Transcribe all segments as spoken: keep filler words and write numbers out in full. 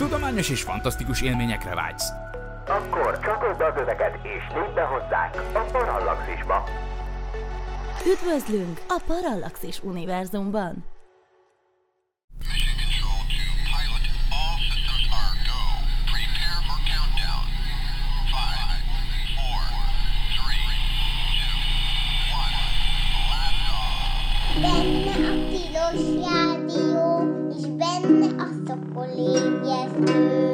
Tudományos és fantasztikus élményekre vágysz? Akkor csatold az öveket és lépj be hozzánk a Parallaxisba! Üdvözlünk a Parallaxis univerzumban! Benne a tilos rádió, és benne a szokolébresztő.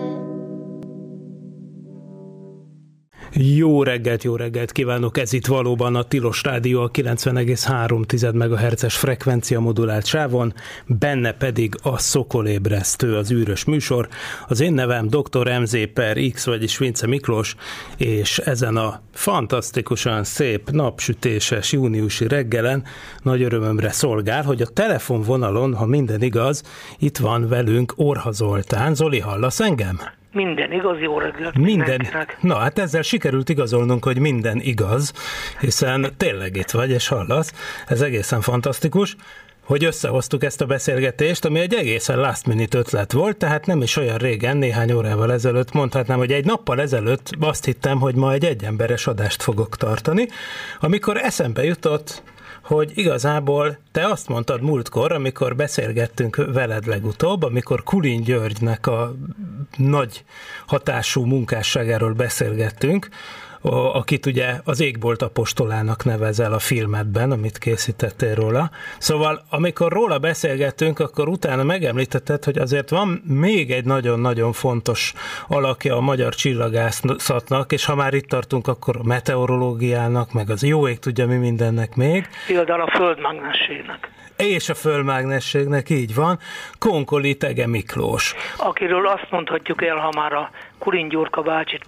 Jó reggelt, jó reggelt kívánok! Ez itt valóban a Tilos Rádió a kilencven egész három megahertzes frekvencia modulált sávon, benne pedig a Szokolébresztő, az űrös műsor. Az én nevem doktor em zé per X, vagyis Vince Miklós, és ezen a fantasztikusan szép, napsütéses júniusi reggelen nagy örömömre szolgál, hogy a telefonvonalon, ha minden igaz, itt van velünk Orha Zoltán. Zoli, hallasz engem? Minden igaz, jó reggelt minden. Na, hát ezzel sikerült igazolnunk, hogy minden igaz, hiszen tényleg itt vagy, és hallasz. Ez egészen fantasztikus, hogy összehoztuk ezt a beszélgetést, ami egy egészen last minute ötlet volt, tehát nem is olyan régen, néhány órával ezelőtt mondhatnám, hogy egy nappal ezelőtt azt hittem, hogy ma egy egyemberes adást fogok tartani, amikor eszembe jutott, hogy igazából te azt mondtad múltkor, amikor beszélgettünk veled legutóbb, amikor Kulin Györgynek a nagy hatású munkásságáról beszélgettünk, akit ugye az Égbolt apostolának nevezel a filmedben, amit készítettél róla. Szóval, amikor róla beszélgettünk, akkor utána megemlítetted, hogy azért van még egy nagyon-nagyon fontos alakja a magyar csillagászatnak, és ha már itt tartunk, akkor a meteorológiának, meg az jó ég tudja mi mindennek még. Például a földmágnességnek. És a földmágnességnek, így van, Konkoli Thege Miklós. Akiről azt mondhatjuk el, ha már a Kulin Gyurka bácsit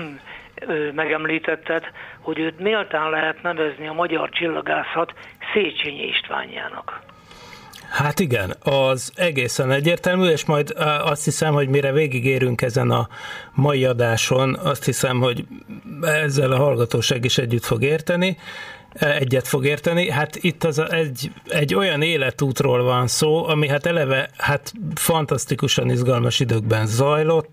megemlítetted, hogy őt méltán lehet nevezni a magyar csillagászat Széchenyi Istvánjának. Hát igen, az egészen egyértelmű, és majd azt hiszem, hogy mire végigérünk ezen a mai adáson, azt hiszem, hogy ezzel a hallgatóság is együtt fog érteni, egyet fog érteni. Hát itt az egy, egy olyan életútról van szó, ami hát eleve hát fantasztikusan izgalmas időkben zajlott,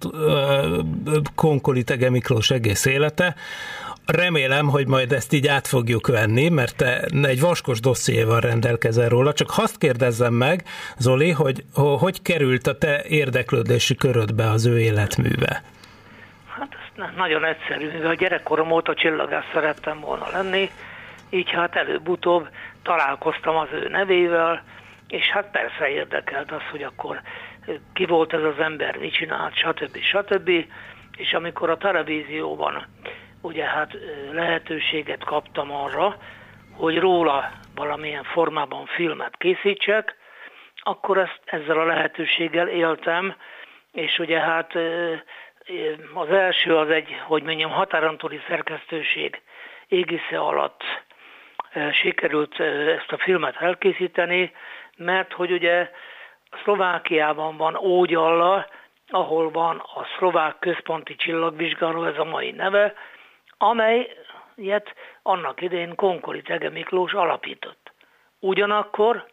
Konkoli Thege Miklós egész élete. Remélem, hogy majd ezt így át fogjuk venni, mert te egy vaskos dossziéval rendelkezel róla. Csak azt kérdezzem meg, Zoli, hogy hogy került a te érdeklődési körödbe az ő életműve? Hát ez nagyon egyszerű, mivel a gyerekkorom óta csillagász szerettem volna lenni, így hát előbb-utóbb találkoztam az ő nevével, és hát persze érdekelt az, hogy akkor ki volt ez az ember, mit csinált, stb. stb. És amikor a televízióban ugye hát lehetőséget kaptam arra, hogy róla valamilyen formában filmet készítsek, akkor ezt, ezzel a lehetőséggel éltem, és ugye hát az első az egy, hogy mondjam, határon túli szerkesztőség égisze alatt sikerült ezt a filmet elkészíteni, mert hogy ugye Szlovákiában van Ógyalla, ahol van a Szlovák Központi Csillagvizsgáló, ez a mai neve, amelyet annak idején Konkoli Thege Miklós alapított. Ugyanakkor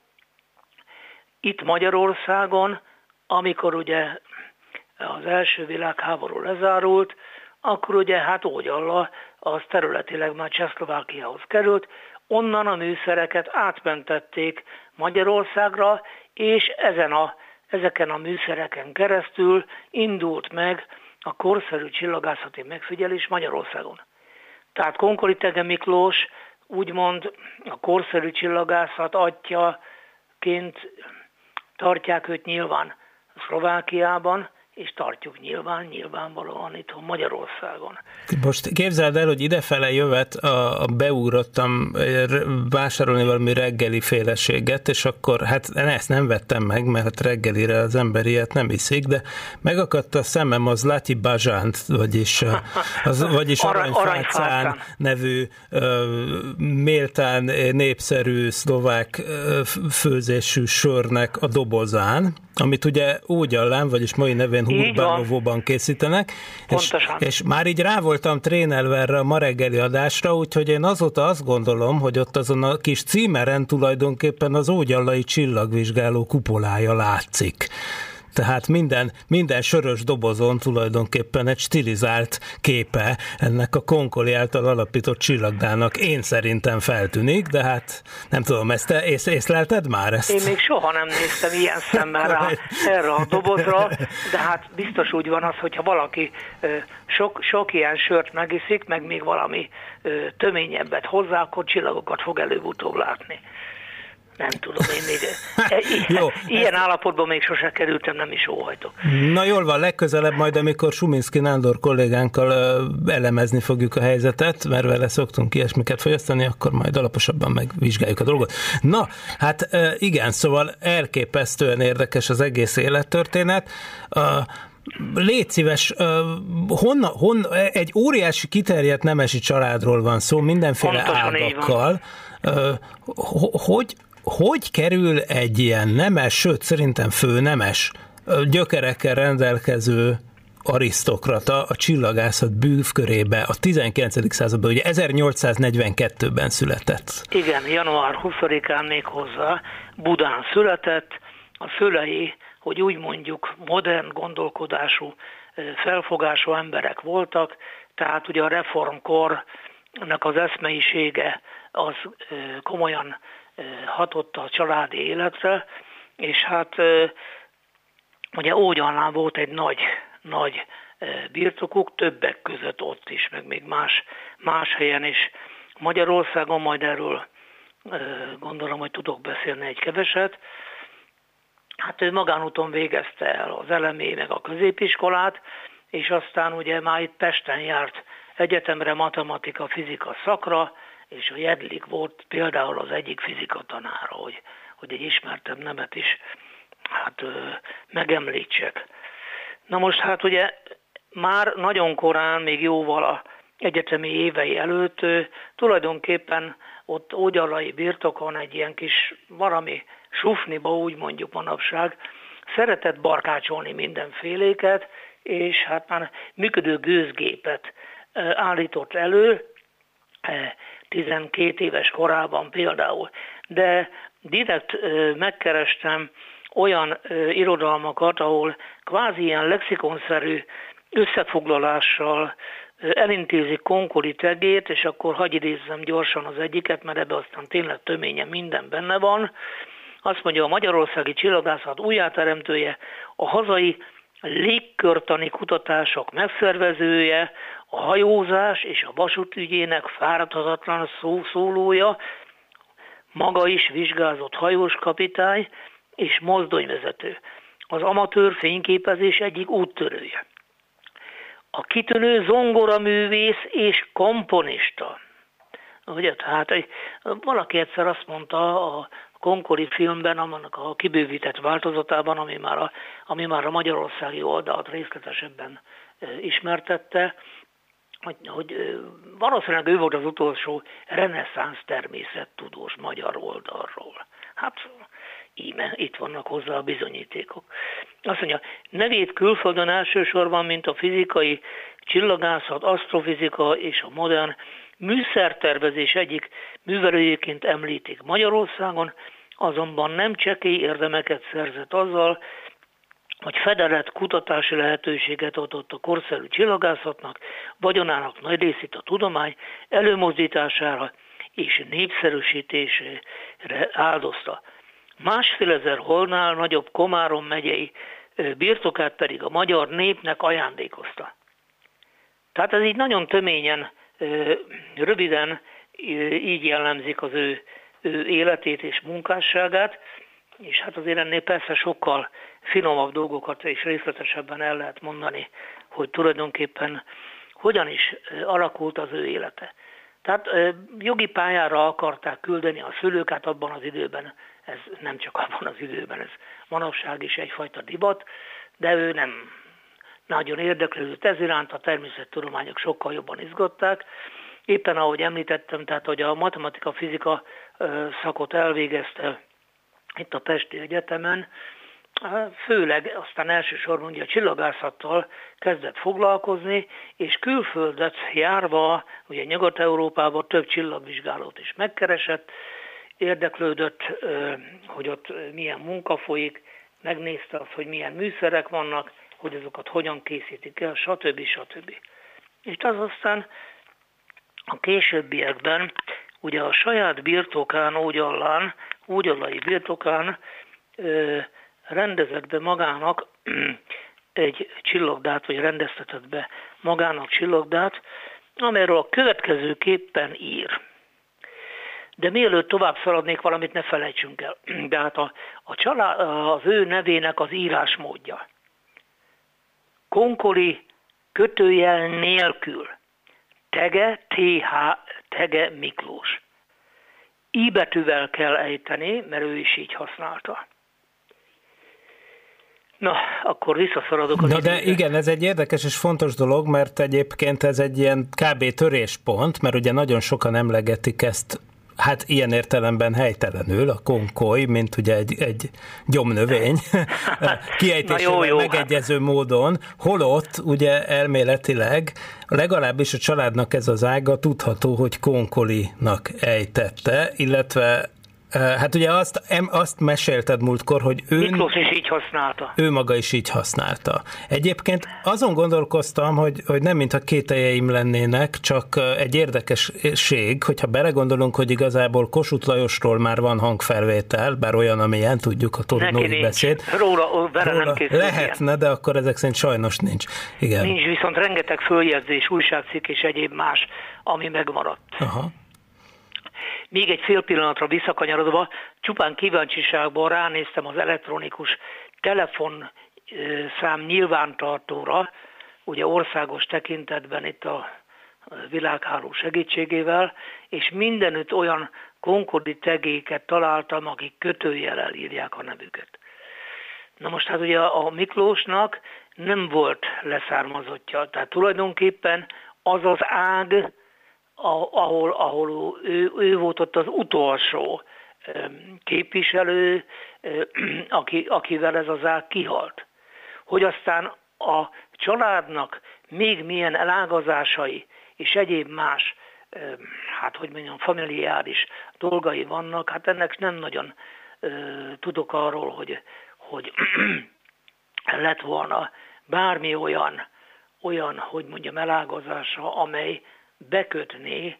itt Magyarországon, amikor ugye az első világháború lezárult, akkor ugye hát Ógyalla az területileg már Csehszlovákiához került, onnan a műszereket átmentették Magyarországra, és ezen a, ezeken a műszereken keresztül indult meg a korszerű csillagászati megfigyelés Magyarországon. Tehát Konkoli Thege Miklós úgymond a korszerű csillagászat atyjaként tartják őt nyilván Szlovákiában, és tartjuk nyilván, nyilvánvalóan itthon Magyarországon. Most képzeld el, hogy idefele jövet, a, a beugrottam vásárolni valami reggeli féleséget, és akkor hát ezt nem vettem meg, mert reggelire az ember ilyet nem iszik, de megakadt a szemem az Lati Bazsánt, vagyis, az, vagyis Aranyfácán nevű méltán népszerű szlovák főzésű sörnek a dobozán, amit ugye Ógyallán, vagyis mai nevén Hurbanovóban készítenek, és, és már így rá voltam trénelve erre a ma reggeli adásra, úgyhogy én azóta azt gondolom, hogy ott azon a kis címeren tulajdonképpen az ógyallai csillagvizsgáló kupolája látszik. Tehát minden, minden sörös dobozon tulajdonképpen egy stilizált képe ennek a Concoli által alapított csillagdának én szerintem feltűnik, de hát nem tudom, ezt te ész, észlelted már ezt? Én még soha nem néztem ilyen szemmel rá erre a dobozra, de hát biztos úgy van az, hogyha valaki sok, sok ilyen sört megiszik, meg még valami töményebbet hozzá, akkor csillagokat fog előbb-utóbb látni. Nem tudom, én még Jó, ilyen ezt... állapotban még sose kerültem, nem is óhajtok. Na jól van, legközelebb majd, amikor Suminski Nándor kollégánkkal elemezni fogjuk a helyzetet, mert vele szoktunk ilyesmiket fogyasztani, akkor majd alaposabban megvizsgáljuk a dolgot. Na, hát igen, szóval elképesztően érdekes az egész élettörténet. Légy szíves, honna, honna, egy óriási kiterjedt nemesi családról van szó, mindenféle Pontosan ágakkal. Hogy Hogy kerül egy ilyen nemes, sőt szerintem főnemes gyökerekkel rendelkező arisztokrata a csillagászat bűvkörébe a tizenkilencedik században, ugye ezernyolcszáznegyvenkettőben született. Igen, január huszadikán még hozzá Budán született, a szülei, hogy úgy mondjuk modern gondolkodású, felfogású emberek voltak, tehát ugye a reformkornak az eszmeisége az komolyan hatott a családi életre, és hát ugye Ógyalnál volt egy nagy, nagy birtokuk, többek között ott is, meg még más, más helyen is. Magyarországon majd erről gondolom, hogy tudok beszélni egy keveset. Hát ő magánúton végezte el az elemé, meg a középiskolát, és aztán ugye már itt Pesten járt egyetemre, matematika, fizika szakra, és a Jedlik volt például az egyik fizika tanára, hogy, hogy egy ismertebb nevet is hát, ö, megemlítsek. Na most hát ugye már nagyon korán, még jóval a egyetemi évei előtt ö, tulajdonképpen ott ógyalai birtokon egy ilyen kis valami sufniba, úgy mondjuk manapság, szeretett barkácsolni mindenféléket, és hát már működő gőzgépet ö, állított elő, tizenkét éves korában például. De direkt megkerestem olyan irodalmakat, ahol kvázi ilyen lexikonszerű összefoglalással elintézik Concoli tegét, és akkor hadd idézzem gyorsan az egyiket, mert ebbe aztán tényleg töményen minden benne van. Azt mondja, a magyarországi csillagászat újjáteremtője, a hazai légkörtani kutatások megszervezője, a hajózás és a vasútügyének fáradhatatlan szó szólója, maga is vizsgázott hajós kapitány és mozdonyvezető, az amatőr fényképezés egyik úttörője, a kitűnő zongoraművész és komponista. Ugye, tehát egy, valaki egyszer azt mondta a Concoli filmben, annak a kibővített változatában, ami már a, ami már a magyarországi oldalt részletesebben e, ismertette, hogy, hogy valószínűleg ő volt az utolsó reneszánsz természettudós magyar oldalról. Hát íme, itt vannak hozzá a bizonyítékok. Azt mondja, nevét külföldön elsősorban, mint a fizikai csillagászat, asztrofizika és a modern műszertervezés egyik művelőjéként említik. Magyarországon azonban nem csekély érdemeket szerzett azzal, hogy fedezett kutatási lehetőséget adott a korszerű csillagászatnak, vagyonának nagy részét a tudomány előmozdítására és népszerűsítésére áldozta. Másfél ezer holnál nagyobb Komárom megyei birtokát pedig a magyar népnek ajándékozta. Tehát ez így nagyon töményen, röviden így jellemzik az ő, ő életét és munkásságát, és hát azért ennél persze sokkal finomabb dolgokat és részletesebben el lehet mondani, hogy tulajdonképpen hogyan is alakult az ő élete. Tehát jogi pályára akarták küldeni a szülőket abban az időben, ez nem csak abban az időben, ez manapság is egyfajta divat, de ő nem nagyon érdeklődött ez iránt, a természettudományok sokkal jobban izgatták. Éppen ahogy említettem, tehát hogy a matematika-fizika szakot elvégezte itt a Pesti Egyetemen, főleg aztán elsősorban ugye a csillagászattal kezdett foglalkozni, és külföldet járva, ugye Nyugat-Európában több csillagvizsgálót is megkeresett, érdeklődött, hogy ott milyen munka folyik, megnézte azt, hogy milyen műszerek vannak, hogy azokat hogyan készítik el, stb. stb. És az aztán a későbbiekben ugye a saját birtokán, Ógyallán, ógyallai birtokán ö, rendezett be magának egy csillagdát, vagy rendeztetett be magának csillagdát, amelyről a következőképpen ír. De mielőtt tovább szaladnék, valamit ne felejtsünk el. De hát a, a család, az ő nevének az írásmódja. Konkoli kötőjel nélkül. Tege, té há, Tege Miklós. I betűvel kell ejteni, mert ő is így használta. Na, akkor visszaszaladok az Na de időre. igen, ez egy érdekes és fontos dolog, mert egyébként ez egy ilyen kb. Töréspont, mert ugye nagyon sokan emlegetik ezt, hát ilyen értelemben helytelenül, a konkoly, mint ugye egy, egy gyomnövény, kiejtésével megegyező módon, holott ugye elméletileg legalábbis a családnak ez az ága tudható, hogy konkolinak ejtette, illetve hát ugye azt, azt mesélted múltkor, hogy ő, Miklós is így használta. Ő maga is így használta. Egyébként azon gondolkoztam, hogy, hogy nem mintha kételjeim lennének, csak egy érdekesség, hogyha belegondolunk, hogy igazából Kossuth Lajosról már van hangfelvétel, bár olyan, amilyen tudjuk, a torinói beszéd. Róla, Róla nem készül lehetne, ilyen. De akkor ezek szerint sajnos nincs. Igen. Nincs, viszont rengeteg följegyzés, újságcikk és egyéb más, ami megmaradt. Aha. Még egy fél pillanatra visszakanyarodva, csupán kíváncsiságból ránéztem az elektronikus telefonszám nyilvántartóra, ugye országos tekintetben itt a világháló segítségével, és mindenütt olyan konkordi tegéket találtam, akik kötőjellel írják a nevüket. Na most hát ugye a Miklósnak nem volt leszármazottja, tehát tulajdonképpen az az ág, ahol, ahol ő, ő volt ott az utolsó képviselő, aki, akivel ez az ág kihalt. Hogy aztán a családnak még milyen elágazásai és egyéb más, hát hogy mondjam, familiáris dolgai vannak, hát ennek nem nagyon tudok arról, hogy, hogy lett volna bármi olyan, olyan, hogy mondjam, elágazása, amely bekötné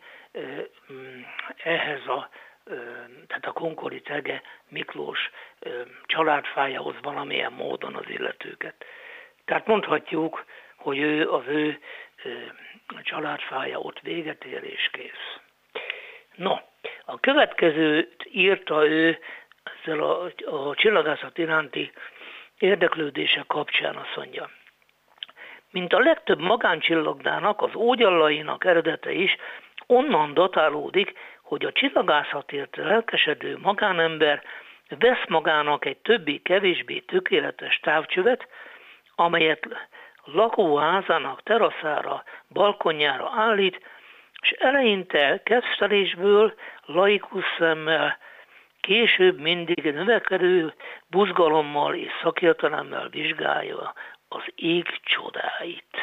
ehhez a, tehát a konkoli Tege Miklós családfájához valamilyen módon az illetőket. Tehát mondhatjuk, hogy ő, az ő családfája ott véget ér és kész. No, a következőt írta ő ezzel a, a csillagászat iránti érdeklődése kapcsán, azt mondja. Mint a legtöbb magáncsillagdának, az ógyallainak eredete is onnan datálódik, hogy a csillagászatért lelkesedő magánember vesz magának egy többi kevésbé tökéletes távcsövet, amelyet lakóházának teraszára, balkonjára állít, és eleinte kedvtelésből, laikus szemmel, később mindig növekedő buzgalommal és szakértelemmel vizsgálja az ég csodáit.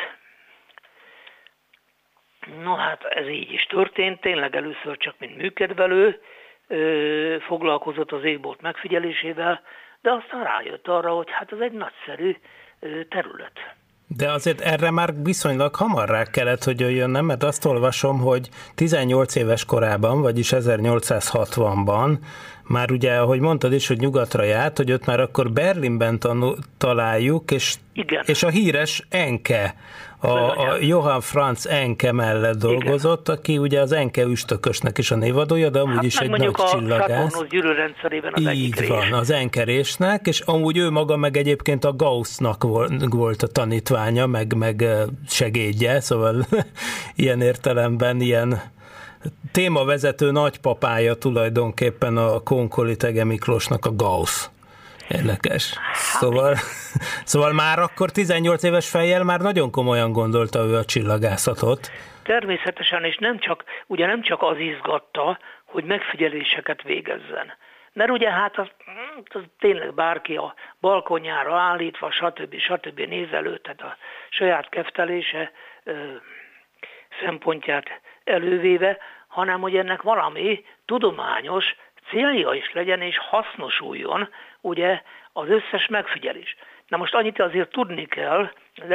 No hát ez így is történt, tényleg először csak mint műkedvelő ö, foglalkozott az égbolt megfigyelésével, de aztán rájött arra, hogy hát ez egy nagyszerű ö, terület. De azért erre már viszonylag hamar rá kellett, hogy jöjjön, nem? Mert azt olvasom, hogy tizennyolc éves korában, vagyis ezernyolcszázhatvanban, már ugye, ahogy mondtad is, hogy nyugatra járt, hogy ott már akkor Berlinben tanul, találjuk, és, és a híres Encke, a, a Johann Franz Encke mellett dolgozott, igen. Aki ugye az Encke üstökösnek is a névadója, de amúgy hát is egy nagy csillagász. Hát a Saturnus gyűrűrendszerében az így egyik van, az Encke-résnek, és amúgy ő maga meg egyébként a Gaussnak volt a tanítványa, meg, meg segédje, szóval ilyen értelemben ilyen témavezető nagypapája tulajdonképpen a konkoli Tege Miklósnak a Gauss. Érdekes. Szóval, szóval már akkor tizennyolc éves fejjel már nagyon komolyan gondolta ő a csillagászatot. Természetesen, és nem csak, ugye nem csak az izgatta, hogy megfigyeléseket végezzen. Mert ugye hát az, az tényleg bárki a balkonjára állítva, stb. stb. Nézelő, tehát a saját keftelése ö, szempontját elővéve, hanem hogy ennek valami tudományos célja is legyen, és hasznosuljon ugye az összes megfigyelés. Na most annyit azért tudni kell, az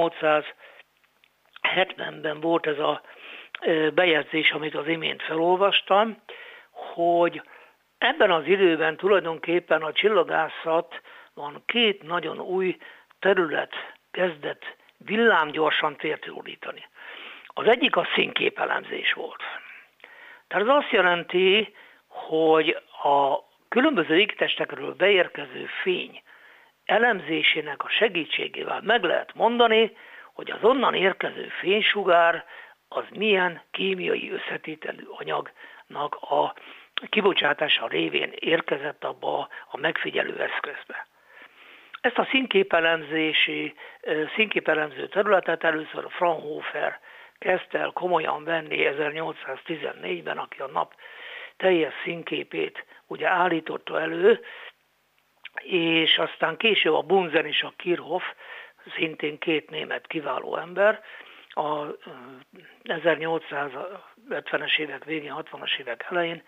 ezernyolcszázhetvenben volt ez a bejegyzés, amit az imént felolvastam, hogy ebben az időben tulajdonképpen a csillagászatban két nagyon új terület kezdett villámgyorsan tértulítani. Az egyik a színképelemzés volt. Tehát ez azt jelenti, hogy a különböző égtestekről beérkező fény elemzésének a segítségével meg lehet mondani, hogy az onnan érkező fénysugár az milyen kémiai összetételű anyagnak a kibocsátása révén érkezett abba a megfigyelő eszközbe. Ezt a színképelemzési, színképelemző területet először Fraunhofer kezdte el komolyan venni ezernyolcszáztizennégyben, aki a nap teljes színképét ugye állította elő, és aztán később a Bunsen és a Kirchhoff, szintén két német kiváló ember, a ezernyolcszázötvenes évek végén, hatvanas évek elején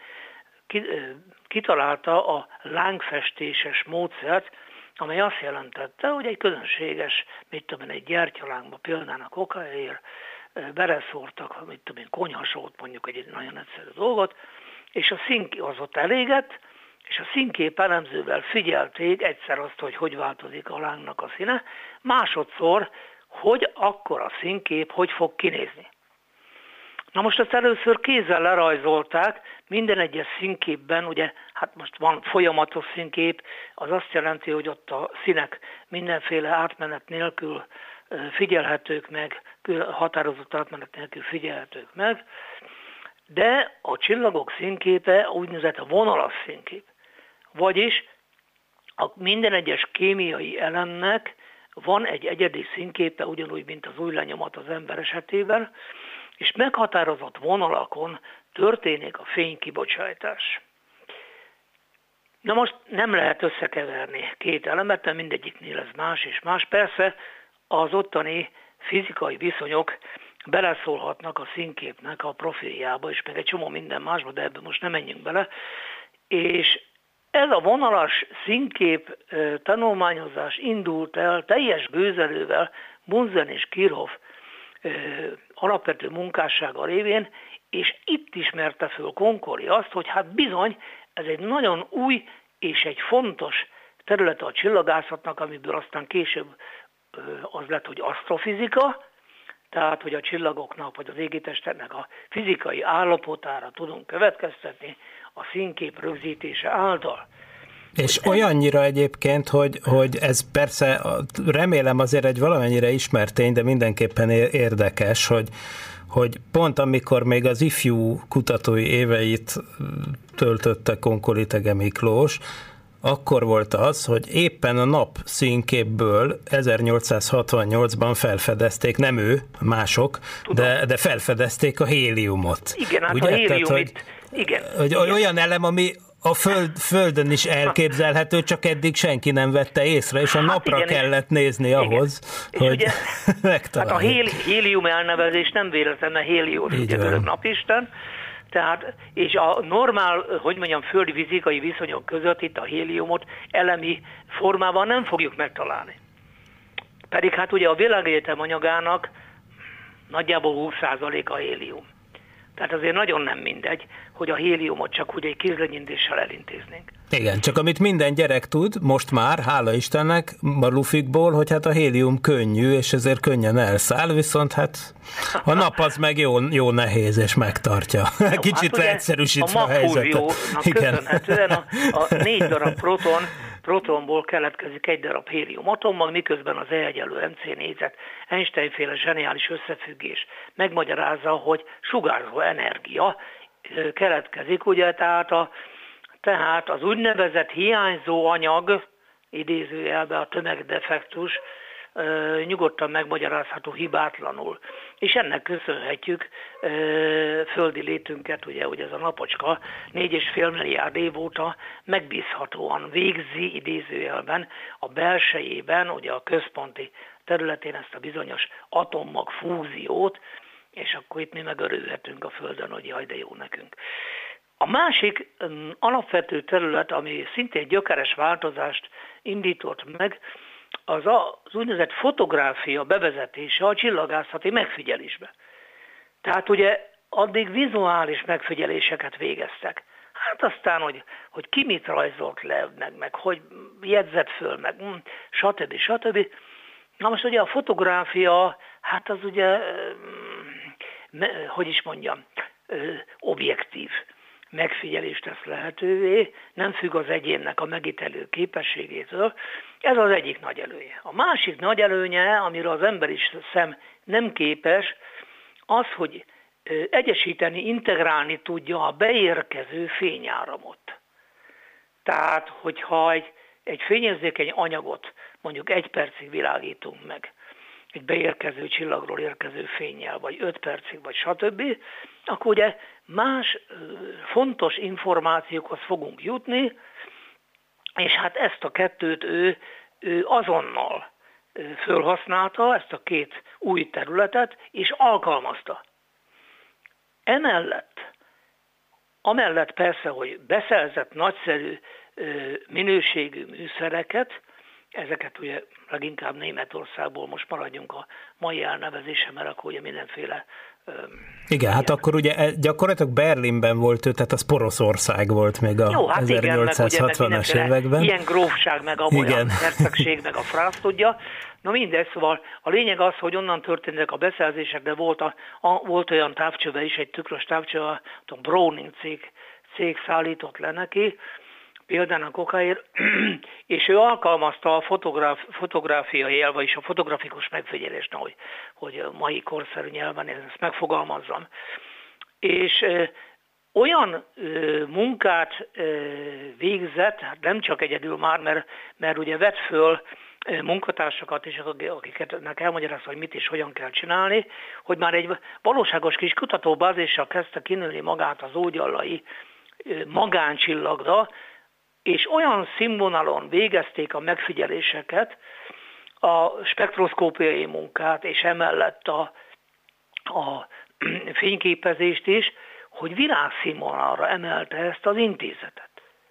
kitalálta a lángfestéses módszert, amely azt jelentette, hogy egy közönséges, mit tudom én, egy gyertyalángba példának okáért beleszórtak, mit tudom én, konyhasót, mondjuk egy nagyon egyszerű dolgot, és a szín az ott elégett, és a színkép elemzővel figyelték egyszer azt, hogy hogy változik a lángnak a színe, másodszor, hogy akkor a színkép hogy fog kinézni. Na most ezt először kézzel lerajzolták, minden egyes színképben, ugye, hát most van folyamatos színkép, az azt jelenti, hogy ott a színek mindenféle átmenet nélkül figyelhetők meg, határozott átmenet nélkül figyelhetők meg, de a csillagok színképe úgynevezett a vonalas színkép. Vagyis a minden egyes kémiai elemnek van egy egyedi színképe, ugyanúgy, mint az ujjlenyomat az ember esetében, és meghatározott vonalakon történik a fénykibocsátás. Na most nem lehet összekeverni két elemet, mert mindegyiknél ez más és más. Persze az ottani fizikai viszonyok beleszólhatnak a színképnek a profiljába, és meg egy csomó minden másba, de ebben most nem menjünk bele. És ez a vonalas színkép tanulmányozás indult el teljes gőzerővel Bunsen és Kirchhoff alapvető munkássága révén, és itt ismerte föl Concori azt, hogy hát bizony, ez egy nagyon új és egy fontos terület a csillagászatnak, amiből aztán később az lett, hogy asztrofizika, tehát, hogy a csillagoknak vagy az égitesteknek a fizikai állapotára tudunk következtetni a színkép rögzítése által. És olyannyira egyébként, hogy, hogy ez persze, remélem azért egy valamennyire ismert tény, de mindenképpen érdekes, hogy, hogy pont amikor még az ifjú kutatói éveit töltötte Concoli Thege Miklós, akkor volt az, hogy éppen a nap színképből ezernyolcszázhatvannyolcban felfedezték, nem ő, mások, de, de felfedezték a héliumot. Igen, hát ugye? a hélium Tehát, hogy, itt, igen. Hogy igen. Olyan elem, ami a föld, Földön is elképzelhető, csak eddig senki nem vette észre, és a hát napra igen, kellett nézni igen. ahhoz, és hogy ugye, megtaláljuk. Hát a héli, hélium elnevezés nem véletlen, mert héliós, ugye görög napisten, tehát, és a normál, hogy mondjam, földi fizikai viszonyok között itt a héliumot elemi formában nem fogjuk megtalálni. Pedig hát ugye a világegyetem anyagának nagyjából húsz százaléka a hélium. Tehát azért nagyon nem mindegy, hogy a héliumot csak úgy egy kézlegyintéssel elintéznénk. Igen, csak amit minden gyerek tud, most már, hála Istennek, a lufikból, hogy hát a hélium könnyű, és ezért könnyen elszáll, viszont hát a nap az meg jó, jó nehéz, és megtartja. Jó, kicsit hát leegyszerűsítve a, a helyzetet. Köszönhetően a, a négy darab proton, protonból keletkezik egy darab hélium atommal, miközben az E egyenlő mc négyzet Einstein-féle zseniális összefüggés megmagyarázza, hogy sugárzó energia keletkezik, ugye, tehát, a, tehát az úgynevezett hiányzó anyag, idézőjelben a tömegdefektus, nyugodtan megmagyarázható hibátlanul. És ennek köszönhetjük földi létünket, ugye, hogy ez a napocska négy és fél milliárd év óta megbízhatóan végzi idézőjelben a belsejében, ugye a központi területén ezt a bizonyos atommag fúziót, és akkor itt mi megörülhetünk a Földön, hogy jaj, de jó nekünk. A másik alapvető terület, ami szintén gyökeres változást indított meg, az az úgynevezett fotográfia bevezetése a csillagászati megfigyelésbe. Tehát ugye addig vizuális megfigyeléseket végeztek. Hát aztán, hogy, hogy ki mit rajzolt le, meg, meg hogy jegyzett föl, meg stb. stb. Na most ugye a fotográfia, hát az ugye, hogy is mondjam, objektív megfigyelést tesz lehetővé, nem függ az egyénnek a megítélő képességétől. Ez az egyik nagy előnye. A másik nagy előnye, amiről az emberi szem nem képes, az, hogy egyesíteni, integrálni tudja a beérkező fényáramot. Tehát, hogyha egy, egy fényérzékeny anyagot mondjuk egy percig világítunk meg, egy beérkező csillagról érkező fénnyel, vagy öt percig, vagy stb., akkor ugye más fontos információkhoz fogunk jutni, és hát ezt a kettőt ő, ő azonnal fölhasználta, ezt a két új területet, és alkalmazta. Emellett, amellett persze, hogy beszerzett nagyszerű minőségű műszereket, ezeket ugye leginkább Németországból, most maradjunk a mai elnevezése, mert akkor ugye mindenféle... Igen, hát akkor ugye gyakorlatilag Berlinben volt ő, tehát az Poroszország volt még a Jó, hát ezernyolcszázhatvanas igen, években. Ilyen grófság, meg a olyan hercegség, meg a frász tudja. Na mindegy, szóval a lényeg az, hogy onnan történtek a beszerzések, de volt, a, a, volt olyan távcsöve is, egy tükrös távcsöve, a Browning cég, cég szállított le neki, példának okáért, és ő alkalmazta a fotográf, fotográfiai jel, vagyis a fotografikus megfigyelést, hogy, hogy mai korszerű nyelven ezt megfogalmazzam. És ö, olyan ö, munkát ö, végzett, hát nem csak egyedül már, mert, mert ugye vett föl ö, munkatársakat is, akiknek elmagyarázta, hogy mit és hogyan kell csinálni, hogy már egy valóságos kis kutatóbázissal kezdte kinőni magát az ógyallai ö, magáncsillagra, és olyan színvonalon végezték a megfigyeléseket, a spektroszkópiai munkát, és emellett a, a fényképezést is, hogy világszínvonalra emelte ezt az intézetet.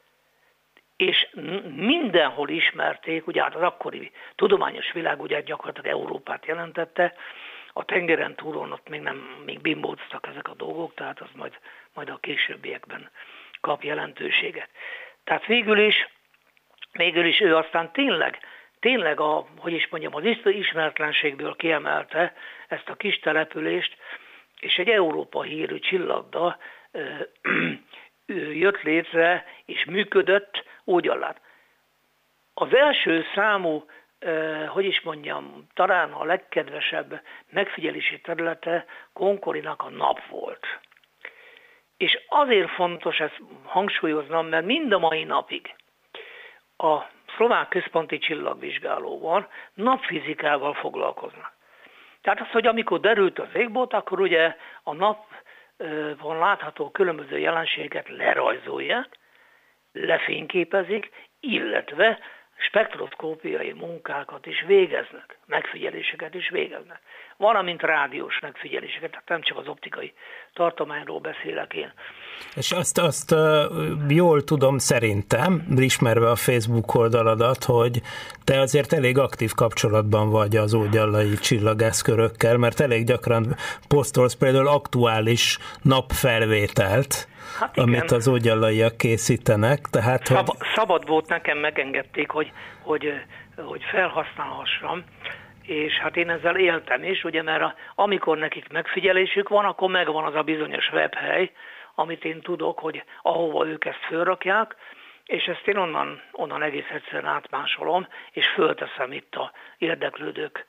És mindenhol ismerték, ugye hát az akkori tudományos világ ugye gyakorlatilag Európát jelentette, a tengeren túlon ott még nem még bimbóztak ezek a dolgok, tehát az majd, majd a későbbiekben kap jelentőséget. Tehát végül is, végül is ő aztán tényleg, tényleg a, hogy is mondjam, az ismeretlenségből kiemelte ezt a kis települést, és egy Európa hírű csillagda ö, ö, jött létre, és működött Ógyallán. Az első számú, ö, hogy is mondjam, talán a legkedvesebb megfigyelési területe Concorinak a nap volt. És azért fontos ezt hangsúlyoznom, mert mind a mai napig a Szlovák Központi Csillagvizsgálóban napfizikával foglalkoznak. Tehát az, hogy amikor derült az égbolt, akkor ugye a napon látható különböző jelenségeket lerajzolják, lefényképezik, illetve spektroszkópiai munkákat is végeznek, megfigyeléseket is végeznek. Valamint rádiós megfigyeléseket, tehát nem csak az optikai tartományról beszélek én. És azt, azt jól tudom szerintem, ismerve a Facebook oldaladat, hogy te azért elég aktív kapcsolatban vagy az ógyallai csillagászkörökkel, mert elég gyakran posztolsz például aktuális napfelvételt, hát amit az ógyallaiak készítenek. Tehát, Szab, hogy... Szabad volt nekem, megengedték, hogy, hogy, hogy felhasználhassam, és hát én ezzel éltem is, ugye, mert a, amikor nekik megfigyelésük van, akkor megvan az a bizonyos webhely, amit én tudok, hogy ahova ők ezt fölrakják, és ezt én onnan, onnan egész egyszerűen átmásolom, és fölteszem itt a érdeklődők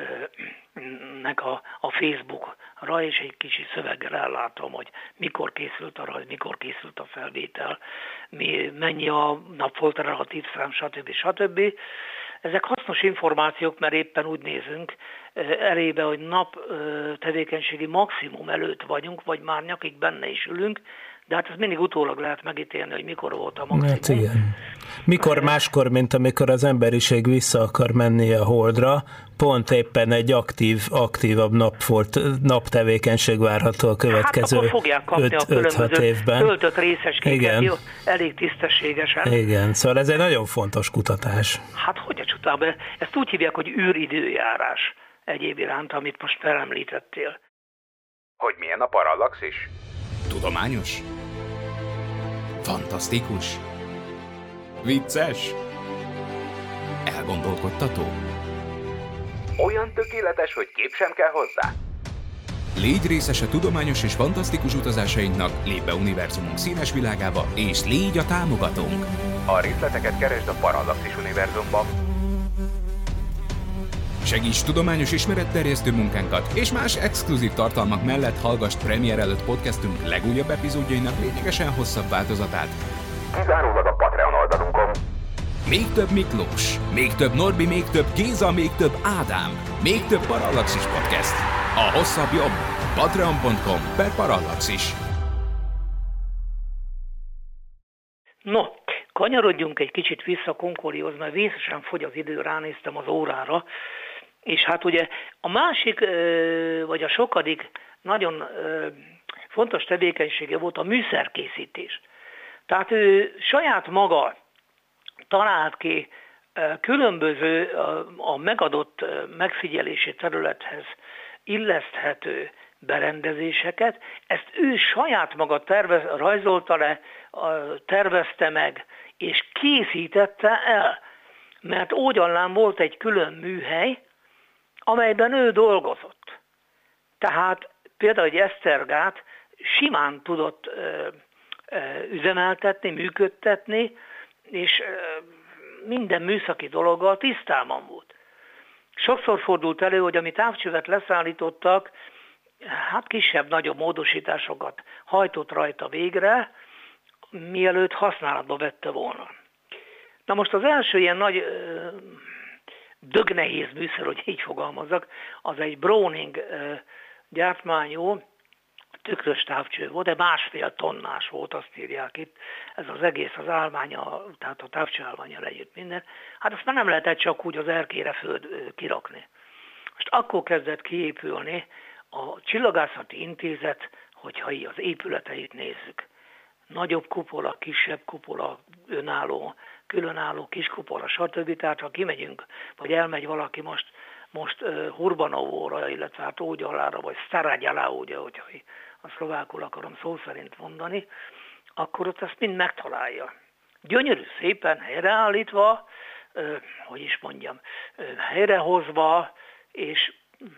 nek a, a Facebookra, és egy kicsi szöveggel ellátom, hogy mikor készült a rajz, mikor készült a felvétel, mi, mennyi a napfolt relatív szám, stb. stb. Ezek hasznos információk, mert éppen úgy nézünk elébe, hogy nap tevékenységi maximum előtt vagyunk, vagy már nyakig benne is ülünk, de hát ez mindig utólag lehet megítélni, hogy mikor volt a maximum. Hát igen. Mikor máskor, mint amikor az emberiség vissza akar menni a Holdra, pont éppen egy aktív, aktívabb nap volt, naptevékenység várható a következő hát akkor fogják kapni a különböző évben. Töltött részecskéket, jó, elég tisztességesen. Igen, szóval ez egy nagyon fontos kutatás. Hát hogy a csutában? Ezt úgy hívják, hogy űridőjárás egyéb iránt, amit most felemlítettél. Hogy milyen a parallaxis? Tudományos? Fantasztikus? Vicces? Elgondolkodtató? Olyan tökéletes, hogy kép sem kell hozzá? Légy részes a tudományos és fantasztikus utazásainknak, lépj be univerzumunk színes világába, és légy a támogatónk! A részleteket keresd a Parallaxis univerzumban. Segíts tudományos ismeretterjesztő munkánkat, és más exkluzív tartalmak mellett hallgass premier előtt podcastünk legújabb epizódjainak lényegesen hosszabb változatát. Kizárólag a Patreon oldalunkon. Még több Miklós, még több Norbi, még több Géza, még több Ádám, még több Parallaxis podcast. A hosszabb jobb. patreon pont com per Parallaxis. No, kanyarodjunk egy kicsit vissza Concorihoz, mert vészesen fogy az idő, ránéztem az órára, és hát ugye a másik, vagy a sokadik nagyon fontos tevékenysége volt a műszerkészítés. Tehát ő saját maga talált ki különböző a megadott megfigyelési területhez illeszthető berendezéseket, ezt ő saját maga tervez, rajzolta le, tervezte meg, és készítette el. Mert Ógyallán volt egy külön műhely, amelyben ő dolgozott. Tehát például egy Esztergát simán tudott ö, ö, üzemeltetni, működtetni, és ö, minden műszaki dologgal tisztában volt. Sokszor fordult elő, hogy ami távcsövet leszállítottak, hát kisebb-nagyobb módosításokat hajtott rajta végre, mielőtt használatba vette volna. Na most az első ilyen nagy ö, dögnehéz műszer, hogy így fogalmazzak, az egy Browning ö, gyártmányú tükrös távcső volt, de másfél tonnás volt, azt írják itt. Ez az egész, az állványa, tehát a távcső állványal együtt minden. Hát azt már nem lehetett csak úgy az erkére föld ö, kirakni. Most akkor kezdett kiépülni a Csillagászati Intézet, hogyha így az épületeit nézzük. Nagyobb kupola, kisebb kupola, önálló, különálló kis kupola, stb. Tehát ha kimegyünk, vagy elmegy valaki most, most uh, Hurbanovóra, illetve hát Ógyallára, vagy Sztaragyalá, ugye, hogyha a szlovákul akarom szó szerint mondani, akkor ott ezt mind megtalálja. Gyönyörű szépen helyreállítva, uh, hogy is mondjam, uh, helyrehozva, és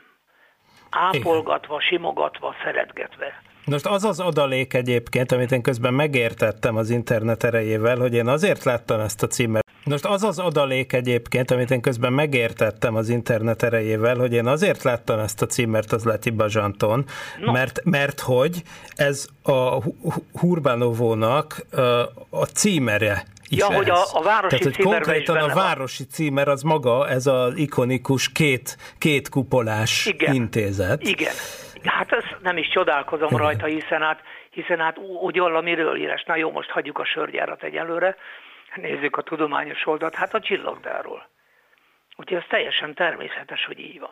ápolgatva, simogatva, szeretgetve. Most az az adalék egyébként, amit én közben megértettem az internet erejével, hogy én azért láttam ezt a címet. Most az az adalék egyébként, amit én közben megértettem az internet erejével, hogy én azért láttam ezt a címert az Leti Bazsanton, no. mert, mert hogy ez a Hurbanovónak a címere is ja, ez. hogy a, a városi Tehát, hogy konkrétan a városi van. Címer az maga, ez az ikonikus két, két kupolás igen, intézet. Igen. Hát ezt nem is csodálkozom igen. rajta, hiszen hát, hiszen hát Ógyalla miről íres? Na jó, most hagyjuk a sörgyárat egyelőre, nézzük a tudományos oldalt, hát a csillagdáról. Úgyhogy ez teljesen természetes, hogy így van.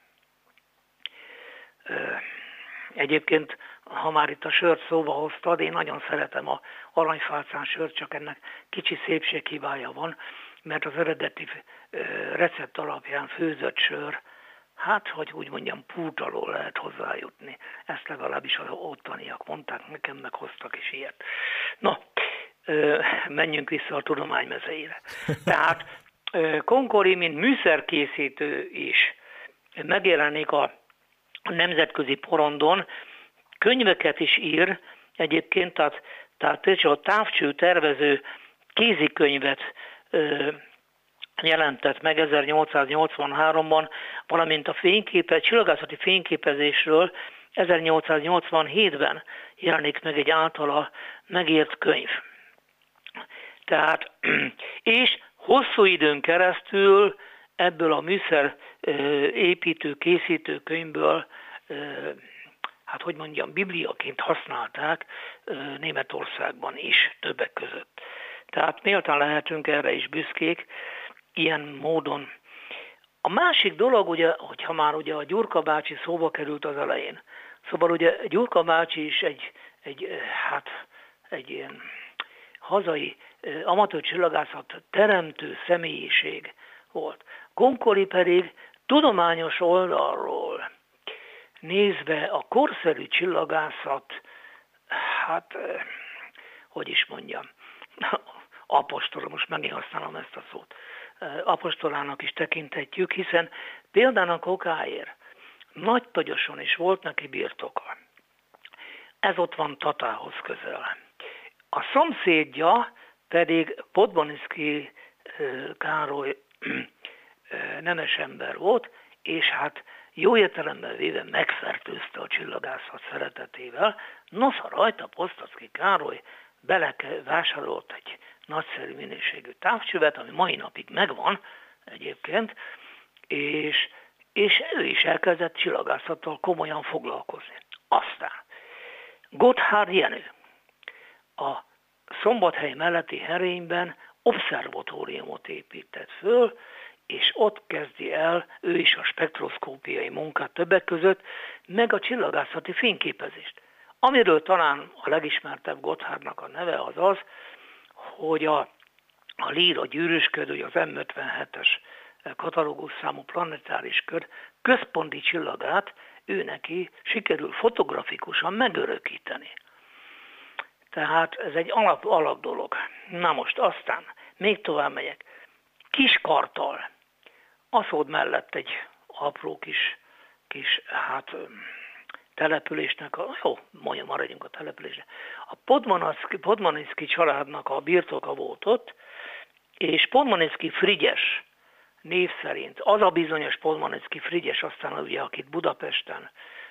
Egyébként, ha már itt a sört szóba hoztad, én nagyon szeretem a aranyfálcán sört, csak ennek kicsi szépséghibája van, mert az eredeti recept alapján főzött sör, hát, hogy úgy mondjam, pút alól lehet hozzájutni. Ezt legalábbis az ottaniak mondták, nekem meg hoztak is ilyet. Na, menjünk vissza a tudomány mezeire. Tehát Concori, mint műszerkészítő is megjelenik a nemzetközi porondon, könyveket is ír egyébként, tehát, tehát például a távcső tervező kézikönyvet jelentett meg ezernyolcszáznyolcvanháromban, valamint a fényképe, csillagászati fényképezésről ezernyolcszáznyolcvanhétben jelenik meg egy általa megírt könyv. Tehát, és hosszú időn keresztül ebből a műszer építő, készítő könyvből hát hogy mondjam, bibliaként használták Németországban is többek között. Tehát méltán lehetünk erre is büszkék, ilyen módon. A másik dolog, ugye, hogyha már ugye a Gyurka bácsi szóba került az elején, szóval ugye Gyurka bácsi is egy, egy hát egy ilyen hazai amatőr csillagászat teremtő személyiség volt. Concoli pedig tudományos oldalról nézve a korszerű csillagászat, hát, hogy is mondjam, apostol, most megint használom ezt a szót, apostolának is tekinthetjük, hiszen példának okáért Nagytagyoson is volt neki birtoka. Ez ott van Tatához közel. A szomszédja pedig Podmaniszky Károly nemes ember volt, és hát jó értelemben véve megfertőzte a csillagászat szeretetével. Nosza rajta Posztaszky Károly belevásárolt egy nagyszerű minőségű távcsövet, ami mai napig megvan egyébként, és, és ő is elkezdett csillagászattal komolyan foglalkozni. Aztán Gotthard Jenő a Szombathely melletti Herényben obszervatóriumot épített föl, és ott kezdi el ő is a spektroszkópiai munkát többek között, meg a csillagászati fényképezést. Amiről talán a legismertebb Gotthardnak a neve az az, hogy a, a Lyra gyűrűsköd, az M ötvenhetes katalógus számú planetáris kör központi csillagát ő neki sikerül fotografikusan megörökíteni. Tehát ez egy alap, alap dolog. Na most aztán még tovább megyek. Kiskartal, Aszód mellett egy apró kis, kis hát, településnek, a, jó, mondjam, maradjunk a településnek. A Podmaniszky, Podmaniszky családnak a birtoka volt ott, és Podmaniszky Frigyes név szerint, az a bizonyos Podmaniszky Frigyes, aztán ugye, akit Budapesten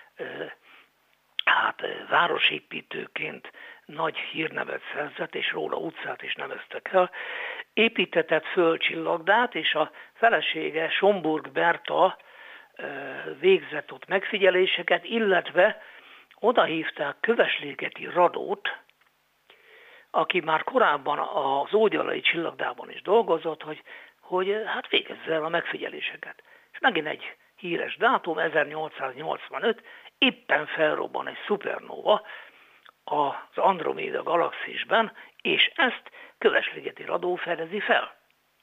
hát városépítőként nagy hírnevet szerzett, és róla utcát is neveztek el, építetett föl csillagdát, és a felesége Schomburg Berta végzett ott megfigyeléseket, illetve odahívták Kövesligeti Radót, aki már korábban az Ógyalai csillagdában is dolgozott, hogy, hogy hát végezze el a megfigyeléseket. És megint egy híres dátum, ezernyolcszáznyolcvanöt, éppen felrobban egy szupernóva az Androméda galaxisben, és ezt Kövesligeti Radó fedezi fel.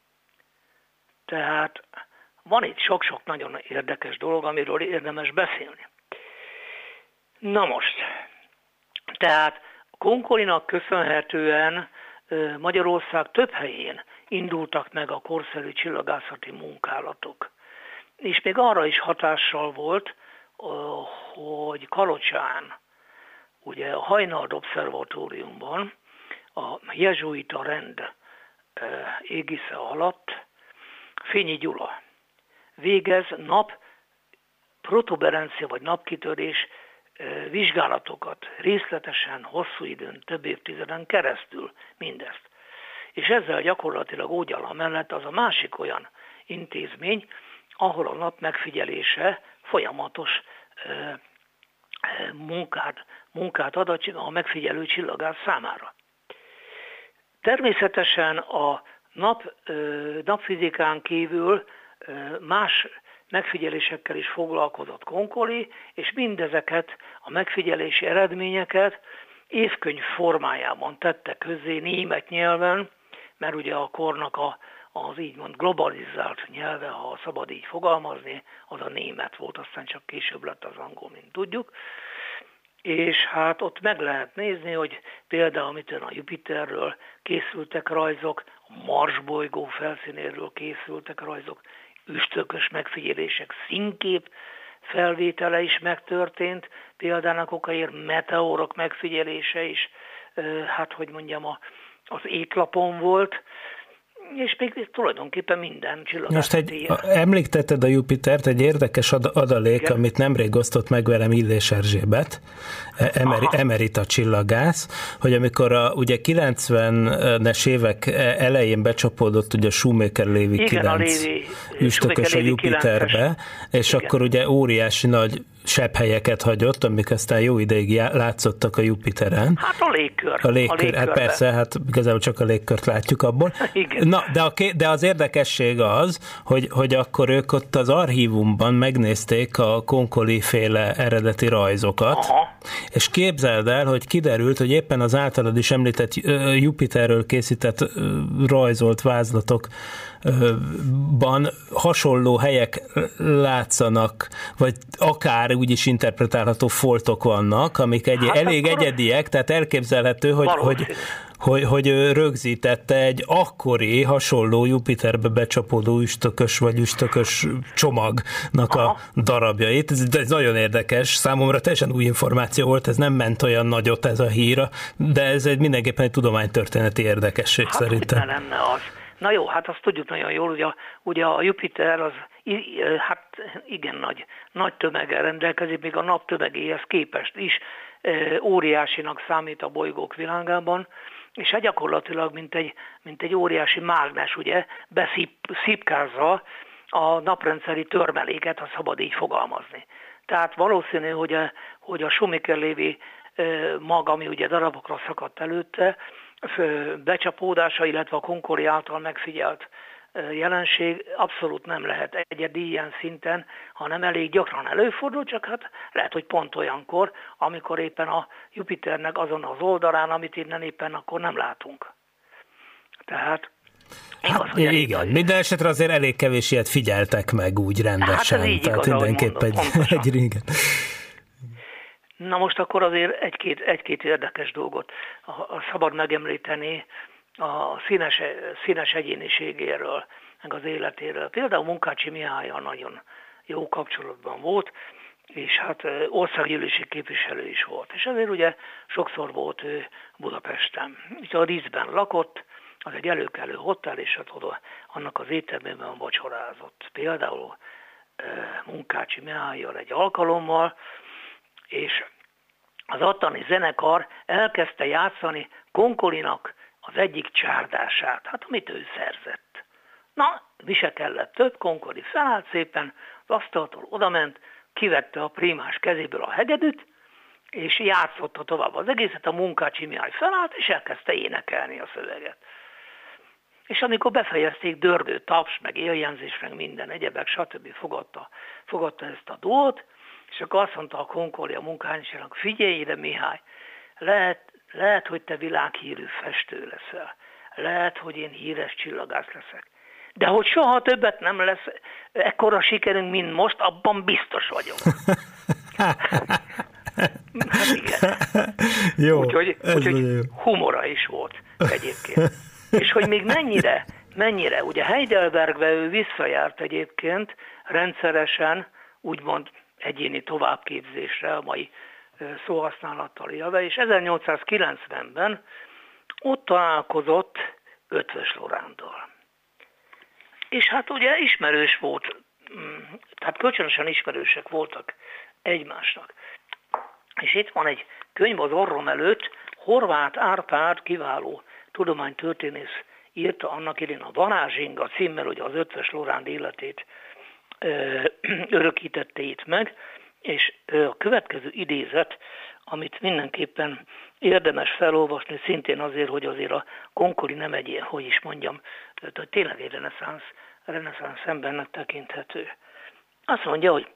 Tehát van itt sok-sok nagyon érdekes dolog, amiről érdemes beszélni. Na most, tehát Concolinak köszönhetően Magyarország több helyén indultak meg a korszerű csillagászati munkálatok. És még arra is hatással volt, hogy Kalocsán, ugye a Hajnald Obszervatóriumban a jezsuita rend égisze alatt Fényi Gyula végez nap protuberencia vagy napkitörés vizsgálatokat, részletesen, hosszú időn, több évtizeden keresztül mindezt. És ezzel gyakorlatilag Ógyala mellett az a másik olyan intézmény, ahol a nap megfigyelése folyamatos munkát, munkát ad a megfigyelő csillagász számára. Természetesen a nap, napfizikán kívül más megfigyelésekkel is foglalkozott Concoli, és mindezeket a megfigyelési eredményeket évkönyv formájában tette közzé német nyelven, mert ugye a kornak a, az így mond globalizált nyelve, ha szabad így fogalmazni, az a német volt, aztán csak később lett az angol, mint tudjuk. És hát ott meg lehet nézni, hogy például amitől a Jupiterről készültek rajzok, a Mars bolygó felszínéről készültek rajzok, üstökös megfigyelések, színkép felvétele is megtörtént, példának okáért meteorok megfigyelése is, hát hogy mondjam, az étlapon volt, és még tulajdonképpen minden csillagászati. Most egy, említetted a Jupitert, egy érdekes ad, adalék, igen, amit nemrég osztott meg velem Illés Erzsébet, emeri, emerita csillagász, hogy amikor a ugye kilencvenes évek elején becsapódott ugye a Shoemaker-Levy kilenc üstökös a Jupiterbe, és igen, akkor ugye óriási nagy sebhelyeket hagyott, amik aztán jó ideig látszottak a Jupiteren. Hát a légkör. A légkör, hát persze, hát igazából csak a légkört látjuk abból. Igen. Na, de, a, de az érdekesség az, hogy, hogy akkor ők ott az archívumban megnézték a Concoli féle eredeti rajzokat, aha. És képzeld el, hogy kiderült, hogy éppen az általad is említett Jupiterről készített rajzolt vázlatokban hasonló helyek látszanak, vagy akár úgy is interpretálható foltok vannak, amik egy, hát elég akkor egyediek, tehát elképzelhető, hogy, hogy, hogy, hogy rögzítette egy akkori hasonló Jupiterbe becsapódó üstökös vagy üstökös csomagnak aha. a darabjait. Ez, ez nagyon érdekes, számomra teljesen új információ volt, ez nem ment olyan nagyot ez a hír, de ez egy mindenképpen egy tudománytörténeti érdekesség hát, szerintem. Hát lenne az. Na jó, hát azt tudjuk nagyon jól, hogy a, ugye a Jupiter az hát igen nagy, nagy tömeggel rendelkezik, még a nap tömegéhez képest is e, óriásinak számít a bolygók világában, és hát gyakorlatilag mint egy, mint egy óriási mágnes, ugye, beszipkázza a naprendszeri törmeléket, ha szabad így fogalmazni. Tehát valószínű, hogy a, hogy a Shoemaker-Levy e, mag, ami ugye darabokra szakadt előtte, becsapódása, illetve a Concoli által megfigyelt jelenség abszolút nem lehet egyedi ilyen szinten, hanem elég gyakran előfordul, csak hát lehet, hogy pont olyankor, amikor éppen a Jupiternek azon az oldalán, amit innen éppen akkor nem látunk. Tehát hát igaz, igen, igen. Minden esetre azért elég kevés ilyet figyeltek meg úgy rendesen. Hát így tehát igaz, mindenképp egy, egy régen. Na most akkor azért egy-két, egy-két érdekes dolgot a, a szabad megemlíteni a színes, színes egyéniségéről, meg az életéről. Például Munkácsi Mihállyal nagyon jó kapcsolatban volt, és hát országgyűlési képviselő is volt. És ezért ugye sokszor volt ő Budapesten. Itt a Ritzben lakott, az egy előkelő hotel, és hát oda annak az éttermében vacsorázott. Például Munkácsi Mihállyal egy alkalommal, és az ottani zenekar elkezdte játszani Concolinak az egyik csárdását, hát amit ő szerzett. Na, mi se kellett több, Concoli felállt szépen, az asztaltól odament, kivette a prímás kezéből a hegedűt, és játszotta tovább az egészet, a Munkácsi Mihály felállt, és elkezdte énekelni a szöveget. És amikor befejezték, dördő taps, meg éljenzés, meg minden egyebek, stb. fogadta, fogadta ezt a dót, és akkor azt mondta a Concoli a munkányisának, figyelj ide Mihály, lehet, lehet, hogy te világhírű festő leszel, lehet, hogy én híres csillagász leszek, de hogy soha többet nem lesz ekkora sikerünk, mint most, abban biztos vagyok. Hát igen. Jó, úgyhogy, úgyhogy humora is volt egyébként. És hogy még mennyire, mennyire, ugye Heidelbergbe ő visszajárt egyébként rendszeresen, úgymond egyéni továbbképzésre, a mai szóhasználattal élve, és ezernyolcszázkilencvenben ott találkozott Eötvös Loránddal. És hát ugye ismerős volt, tehát kölcsönösen ismerősek voltak egymásnak. És itt van egy könyv az orrom előtt, Horváth Árpád kiváló tudománytörténész írta annak idején a Varázsinga címmel, hogy az Eötvös Loránd életét ö, örökítette itt meg, és ö, a következő idézet, amit mindenképpen érdemes felolvasni, szintén azért, hogy azért a Concoli nem egy, hogy is mondjam, hogy tényleg egy reneszánsz, reneszánsz embernek tekinthető. Azt mondja, hogy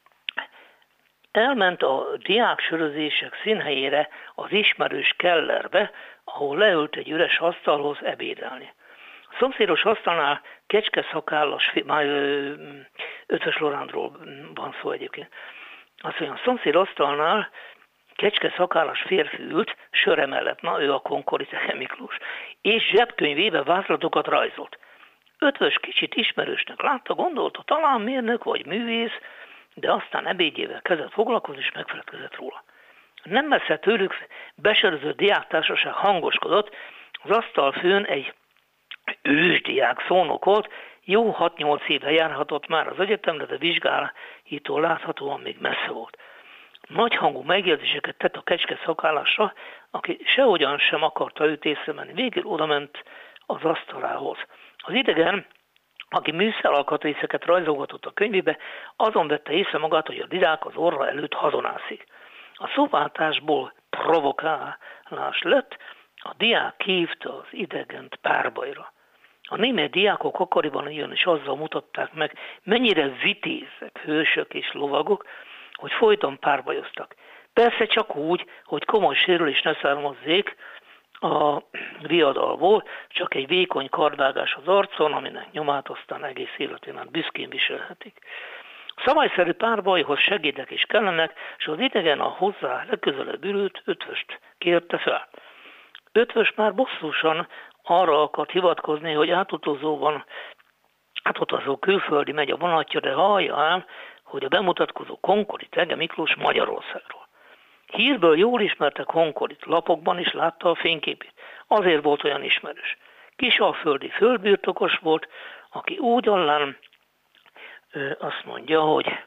elment a diáksörözések színhelyére az ismerős kellerbe, ahol leült egy üres asztalhoz ebédelni. A szomszédos asztalnál kecskeszakállas, már Eötvös Lorándról van szó egyébként. Azt mondja, a szomszéd asztalnál kecskeszakállas férfi ült, söre mellett, na ő a Concoli Tehe Miklós, és zsebkönyvébe vázlatokat rajzolt. Eötvös kicsit ismerősnek látta, gondolta, talán mérnök vagy művész, de aztán ebédjével kezdett foglalkozni, és megfeledkezett róla. Nem messze tőlük besörözött diáktársaság hangoskodott, az asztalfőn egy ősdiák szónokolt, jó hat-nyolc éve járhatott már az egyetemre, de vizsgálatítól láthatóan még messze volt. Nagyhangú megjegyzéseket tett a kecske szakállásra, aki sehogyan sem akarta őt észremenni. Végül odament az asztalához. Az idegen aki műszeralkatrészeket rajzolgatott a könyvébe, azon vette észre magát, hogy a diák az orra előtt hazonászik. A szóváltásból provokálás lett, a diák hívta az idegent párbajra. A német diákok akkoriban is azzal mutatták meg, mennyire vitézek, hősök és lovagok, hogy folyton párbajoztak. Persze csak úgy, hogy komoly sérülés ne származzék a viadalból, csak egy vékony kardvágás az arcon, aminek nyomát aztán egész életén át büszkén viselhetik. Szabályszerű párbajhoz segédek is kellenek, és az idegen a hozzá legközelebb ülőt, Ötvöst kérte fel. Ötvös már bosszúsan arra akart hivatkozni, hogy átutazóban, átutazó külföldi megy a vonatja, de hallja ám, hogy a bemutatkozó Konkolit Ege Miklós Magyarországról. Hírből jól ismerte Konkolit, lapokban is látta a fényképét. Azért volt olyan ismerős. Kisalföldi földbirtokos volt, aki úgy allán ö, azt mondja, hogy ö,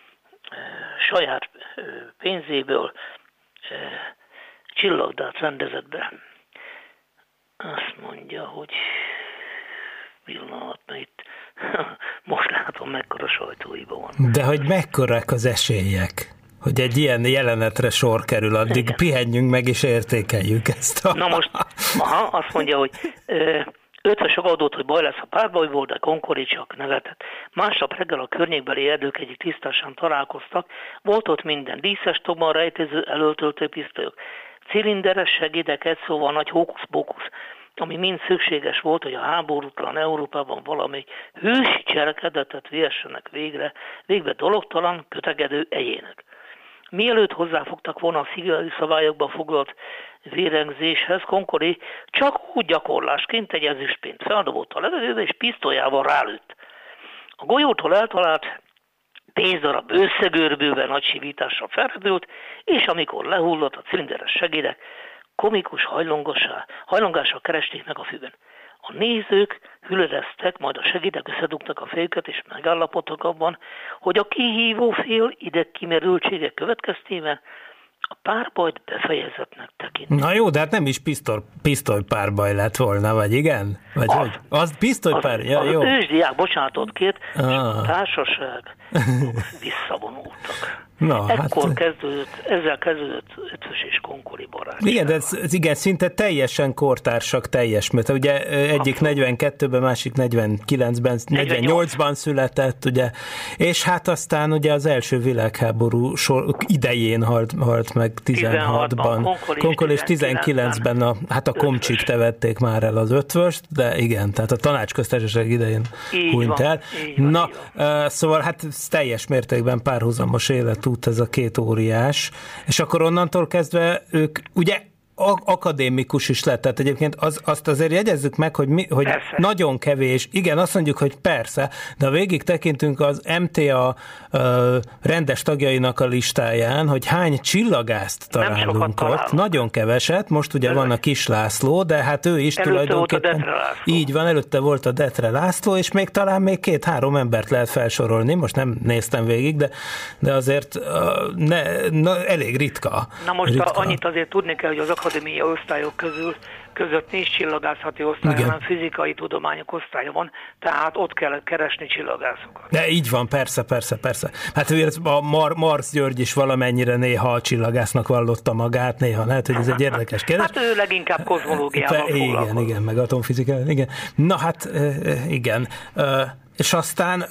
saját ö, pénzéből ö, csillagdát rendezett be. Azt mondja, hogy pillanat, mert itt most látom, mekkora sajtóiba van. De hogy mekkorák az esélyek, hogy egy ilyen jelenetre sor kerül, addig igen, pihenjünk meg és értékeljük ezt. A... Na most, aha, azt mondja, hogy ö, Ötvös aggódott, hogy baj lesz a párbajból, de Konkolit csak nevetett. Másnap reggel a környékbeli erdők egyik tisztásán találkoztak, volt ott minden, díszes tobban rejtező elöltöltő pisztolyok, cilinderes segédek, egy szóval nagy hókusz-bókusz, ami mind szükséges volt, hogy a háborútlan Európában valami hősi cselekedetet vihessenek végre, végbe dologtalan, kötegedő egyének. Mielőtt hozzáfogtak volna a szigorú szabályokban foglalt vérengzéshez, Konkoli csak úgy gyakorlásként egy ezüstpént feldobott a levegőbe, és pisztolyával rálőtt. A golyótól eltalált pénzdarab összegörbőben nagy sivításra felrepült, és amikor lehullott a cilinderes segédek, komikus hajlongással keresték meg a fűben. A nézők hüledeztek, majd a segédek összedugtak a fejüket, és megállapodtak abban, hogy a kihívó fél idegkimerültsége következtében a párbajt befejezetnek tekint. Na jó, de hát nem is pisztoly, pisztolypárbaj lett volna, vagy igen? Vagy az, hogy? Az pisztolypárbaj, ja, jó. Az ősdiák bocsánatot kért, ah. és a társaság visszavonultak. Na, Ekkor hát... kezdődött, ezzel kezdődött Ötvös és Konkoli barátság. Igen, de ez, ez igen, szinte teljesen kortársak teljes, mert ugye egyik Abszolút. negyvenkettőben, másik negyvenkilencben, negyvennyolcban született, ugye, és hát aztán ugye az első világháború sor, idején halt, halt meg tizenhatban. Konkoli és tizenkilencben, a, hát a komcsik tevették már el az Ötvöst, de igen, tehát a tanácsköztársaság idején hunyt el. Van, Na, van. Szóval hát teljes mértékben párhuzamos élet ez a két óriás, és akkor onnantól kezdve ők, ugye akadémikus is lett, tehát egyébként az, azt azért jegyezzük meg, hogy, mi, hogy nagyon kevés, igen, azt mondjuk, hogy persze, de végig tekintünk az em té a uh, rendes tagjainak a listáján, hogy hány csillagászt találunk ott, nagyon keveset, most ugye van a Kis László, de hát ő is előtte tulajdonképpen így van, előtte volt a Detre László, és még talán még két-három embert lehet felsorolni, most nem néztem végig, de, de azért uh, ne, na, elég ritka. Na most ritka. A, annyit azért tudni kell, hogy az akadémia osztályok közül között nincs csillagászati osztály, hanem fizikai tudományok osztálya van, tehát ott kell keresni csillagászokat. De így van, persze, persze, persze. Hát a Mar- Marx György is valamennyire néha a csillagásznak vallotta magát, néha lehet, hogy ez egy érdekes kérdés. Hát ő leginkább kozmológiával foglalkozik. Igen, igen, meg atomfizikával, igen. Na hát, igen. És aztán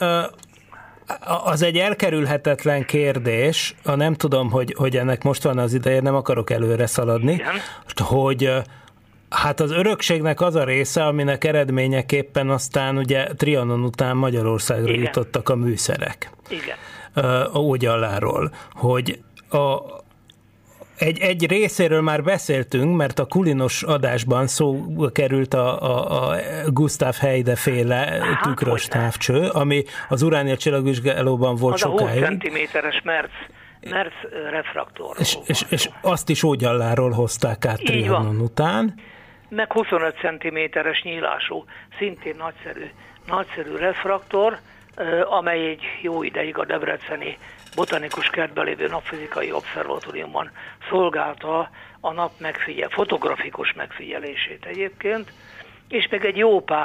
az egy elkerülhetetlen kérdés, nem tudom, hogy, hogy ennek most van az ideje, nem akarok előre szaladni, igen. hogy hát az örökségnek az a része, aminek eredményeképpen aztán ugye Trianon után Magyarországra igen. jutottak a műszerek. Igen. Úgy alláról, hogy a Egy, egy részéről már beszéltünk, mert a kulinos adásban szó került a, a, a Gustav Heide féle tükrös távcső, ami az uránia csillagvizsgálóban volt az sokáig. Az a húsz centiméteres Merz, Merz refraktor. És, és, és azt is ógyalláról hozták át Trianon után. Meg huszonöt centiméteres nyílású, szintén nagyszerű, nagyszerű refraktor, amely egy jó ideig a debreceni botanikus kertben lévő napfizikai obszervatóriumban szolgálta a nap megfigyel, fotografikus megfigyelését egyébként, és még egy jó pár,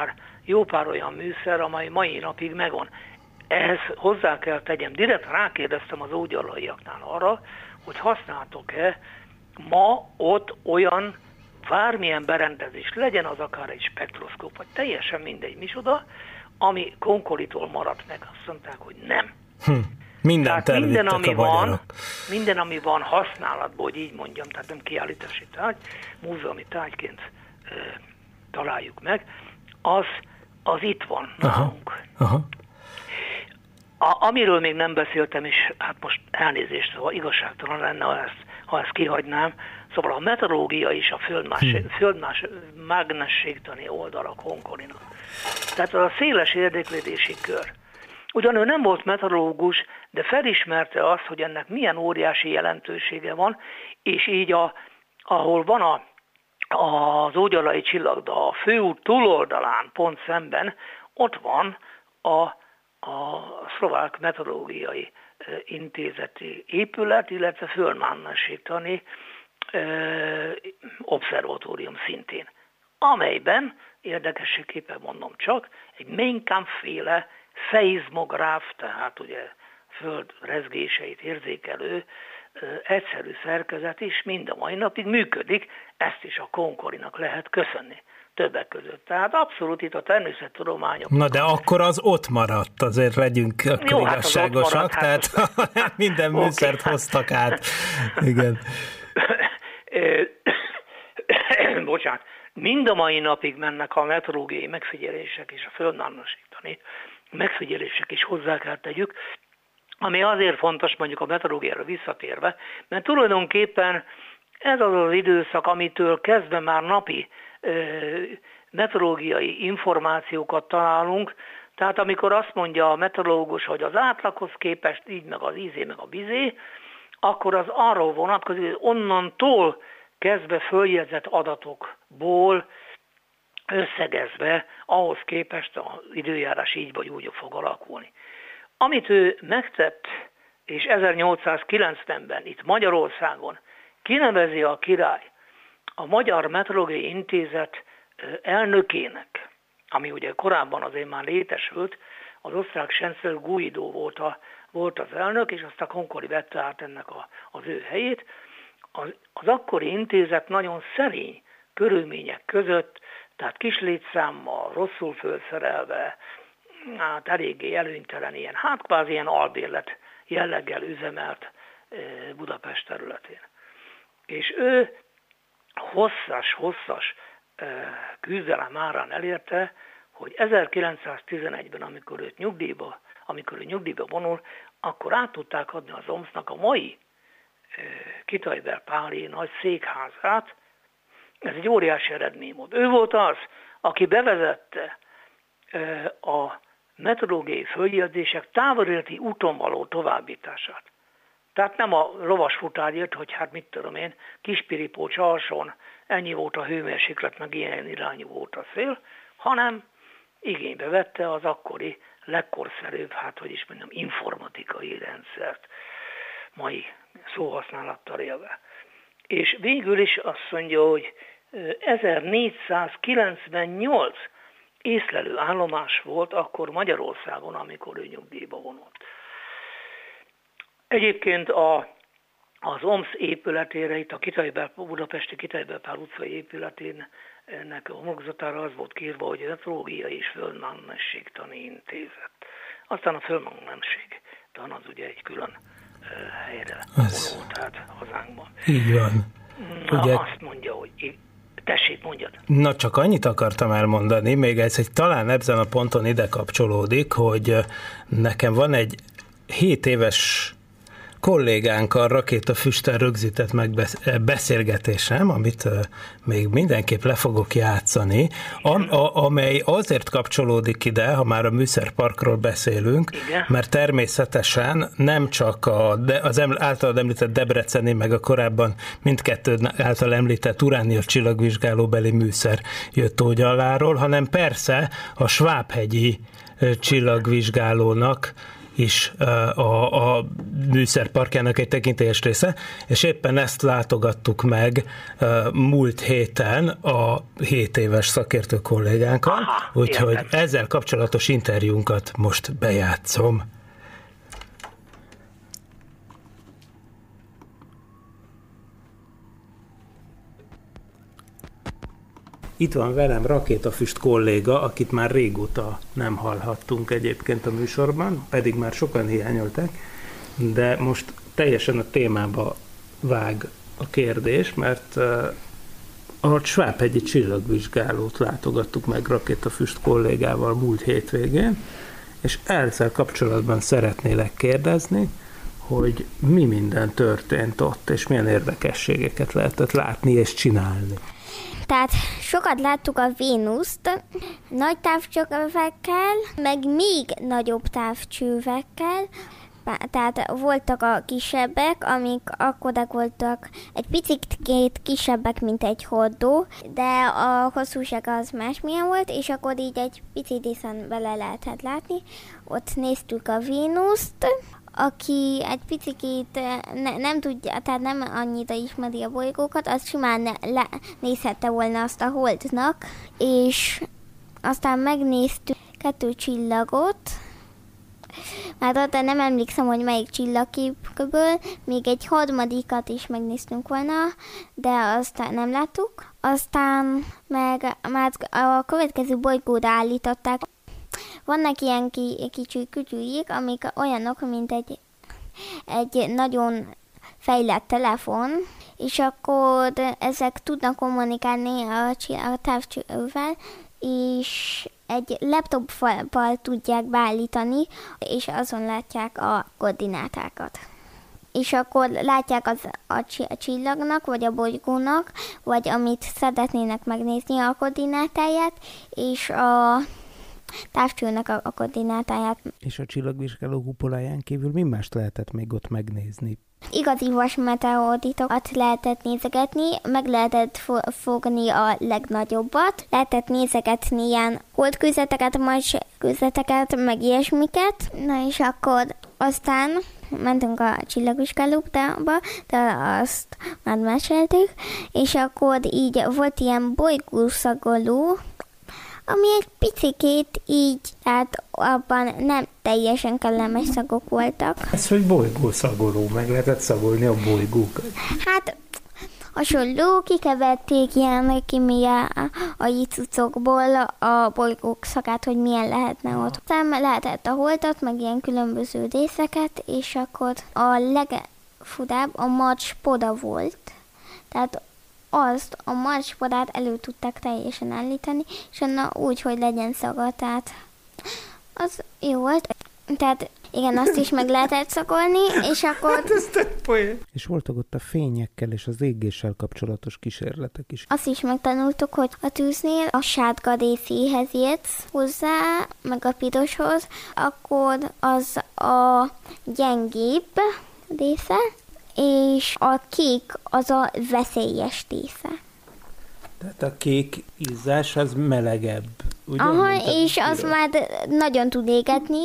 jó pár olyan műszer, amely mai napig megvan. Ehhez hozzá kell tegyem, direkt rákérdeztem az ógyalaiaknál arra, hogy használtok-e ma ott olyan bármilyen berendezés, legyen az akár egy spektroszkóp, vagy teljesen mindegy micsoda, ami konkolitól maradt meg. Azt mondták, hogy nem. Hm. Mindent tehát minden, ami a magyarok. van, minden, ami van használatból, hogy így mondjam, tehát nem kiállítási tárgy, múzeumi tárgyként e, találjuk meg, az, az itt van nálunk. Aha. Aha. A, amiről még nem beszéltem, és hát most elnézést, szóval igazságtalan lenne, ha ezt, ha ezt kihagynám, szóval a meteorológia és a földmás, hmm. földmás mágnességtani oldala Konkolinak. Tehát az a széles érdeklődési kör. Ugyan ő nem volt meteorológus, de felismerte azt, hogy ennek milyen óriási jelentősége van, és így a, ahol van a, az Ógyalai csillagda a főút túloldalán, pont szemben, ott van a, a Szlovák Meteorológiai Intézeti épület, illetve földmágnességtani obszervatórium szintén, amelyben, érdekességképpen mondom csak, egy Mainkamp-féle szeizmográf, tehát ugye föld rezgéseit érzékelő egyszerű szerkezet is mind a mai napig működik, ezt is a Konkolinak lehet köszönni többek között. Tehát abszolút itt a természettudományok. Na de akkor az ott maradt, azért legyünk Jó, igazságosak, hát tehát hát minden műszert okay, hoztak át. Igen. Bocsánat, mind a mai napig mennek a meteorológiai megfigyelések és a földmágnességtani megfigyelések is hozzá kell tegyük, ami azért fontos, mondjuk a meteorológiára visszatérve, mert tulajdonképpen ez az az időszak, amitől kezdve már napi meteorológiai információkat találunk, tehát amikor azt mondja a meteorológus, hogy az átlaghoz képest így meg az ízé, meg a bizé, akkor az arról vonatkozik, hogy onnantól kezdve följegyzett adatokból összegezve ahhoz képest az időjárás így vagy úgy fog alakulni. Amit ő megtett, és ezernyolcszázkilencvenben itt Magyarországon kinevezi a király a Magyar Meteorológiai Intézet elnökének, ami ugye korábban azért már létesült, az osztrák Chancellor Guido volt, a, volt az elnök, és aztán Konkoli vette át ennek a, az ő helyét. Az, az akkori intézet nagyon szerény körülmények között, tehát kis létszámmal, rosszul felszerelve, hát eléggé előnytelen ilyen, hát kvázi ilyen albérlet jelleggel üzemelt Budapest területén. És ő hosszas-hosszas küzdelem árán elérte, hogy ezerkilencszáztizenegyben, amikor őt nyugdíjba, amikor ő nyugdíjba vonul, akkor át tudták adni az o em es nak a mai Kitajber-Páli nagy székházát. Ez egy óriási eredmény volt. Ő volt az, aki bevezette a meteorológiai följegyzések távoléleti úton való továbbítását. Tehát nem a lovasfutár jött, hogy hát mit tudom én, Kispiripócs alsón ennyi volt a hőmérséklet, meg ilyen irányú volt a szél, hanem igénybe vette az akkori legkorszerűbb, hát hogy is mondjam, informatikai rendszert, mai szóhasználattal élve. És végül is azt mondja, hogy ezernégyszázkilencvennyolc észlelő állomás volt akkor Magyarországon, amikor ő nyugdíjba vonult. Egyébként a, az o em es épületére, itt a Kitajber, budapesti Kitajber-Pál utcai épületének a homlokzatára az volt kírva, hogy Meteorológiai és Földmágnességtani Intézet. Aztán a földmágnességtan az ugye egy külön uh, helyre vonult, tehát hazánkban. Így van. Na, ugye... azt mondja, hogy tessék, mondjad. Na, csak annyit akartam elmondani, még ez egy talán ezen a ponton ide kapcsolódik, hogy nekem van egy hét éves kollégánkkal rakétafüsttel rögzített megbeszélgetésem, amit még mindenképp le fogok játszani, am, a, amely azért kapcsolódik ide, ha már a műszerparkról beszélünk, igen, mert természetesen nem csak a, az általad említett debreceni, meg a korábban mindkettő által említett uránia csillagvizsgálóbeli műszer jött Ógyalláról, hanem persze a svábhegyi csillagvizsgálónak is a, a műszerparkjának egy tekintélyes része, és éppen ezt látogattuk meg múlt héten a hét éves szakértő kollégánkkal, úgyhogy ezzel kapcsolatos interjúnkat most bejátszom. Itt van velem Rakétafüst kolléga, akit már régóta nem hallhattunk egyébként a műsorban, pedig már sokan hiányolták, de most teljesen a témába vág a kérdés, mert a Svábhegyi csillagvizsgálót látogattuk meg Rakétafüst kollégával múlt hétvégén, és ezzel kapcsolatban szeretnélek kérdezni, hogy mi minden történt ott, és milyen érdekességeket lehetett látni és csinálni. Tehát sokat láttuk a Vénuszt nagy távcsövekkel, meg még nagyobb távcsövekkel. Tehát voltak a kisebbek, amik akkorak voltak, egy picit kisebbek, mint egy hordó, de a hosszúság az másmilyen volt, és akkor így egy picit iszen bele lehetett látni. Ott néztük a Vénuszt, aki egy picit ne, nem tudja, tehát nem annyira ismeri a bolygókat, az simán ne, le, nézhette volna azt a holdnak, és aztán megnéztük kettő csillagot, már ott nem emlékszem, hogy melyik csillagképből, még egy harmadikat is megnéztünk volna, de aztán nem láttuk. Aztán meg már a következő bolygóra állították. Vannak ilyen ki, kicsi kütyűjék, amik olyanok, mint egy, egy nagyon fejlett telefon, és akkor ezek tudnak kommunikálni a, a távcsővel, és egy laptoppal tudják beállítani, és azon látják a koordinátákat. És akkor látják az, a csillagnak, vagy a bolygónak, vagy amit szeretnének megnézni a koordinátáját, és a távcsőnek a, a koordinátáját. És a csillagvizsgáló kupoláján kívül mi mást lehetett még ott megnézni? Igazi vasmeteoritokat lehetett nézegetni, meg lehetett fo- fogni a legnagyobbat, lehetett nézegetni ilyen holdkőzeteket, más kőzeteket, meg ilyesmiket. Na és akkor aztán mentünk a csillagvizsgálóba, de azt már meséltük, és akkor így volt ilyen bolygószagoló, ami egy picikét így, tehát abban nem teljesen kellemes szagok voltak. Ez, hogy bolygószagoló, meg lehetett szagolni a bolygókat? Hát hasonló, kikeverték ilyen kémia a cuccokból a bolygók szagát, hogy milyen lehetne ott. Aztán lehetett a holdat, meg ilyen különböző részeket, és akkor a legfudább a marcspoda volt. Tehát azt a marcspodát elő tudták teljesen állítani, és annak úgy, hogy legyen szaga, tehát az jó volt. Tehát igen, azt is meg lehetett szagolni, és akkor... Hát ez tök poén. És voltak ott a fényekkel és az égéssel kapcsolatos kísérletek is. Azt is megtanultuk, hogy a tűznél a sárga részéhez érsz hozzá, meg a piroshoz, akkor az a gyengébb része, és a kék az a veszélyes része. Tehát a kék izzás az melegebb, ugye? Aha, és az már nagyon tud égetni.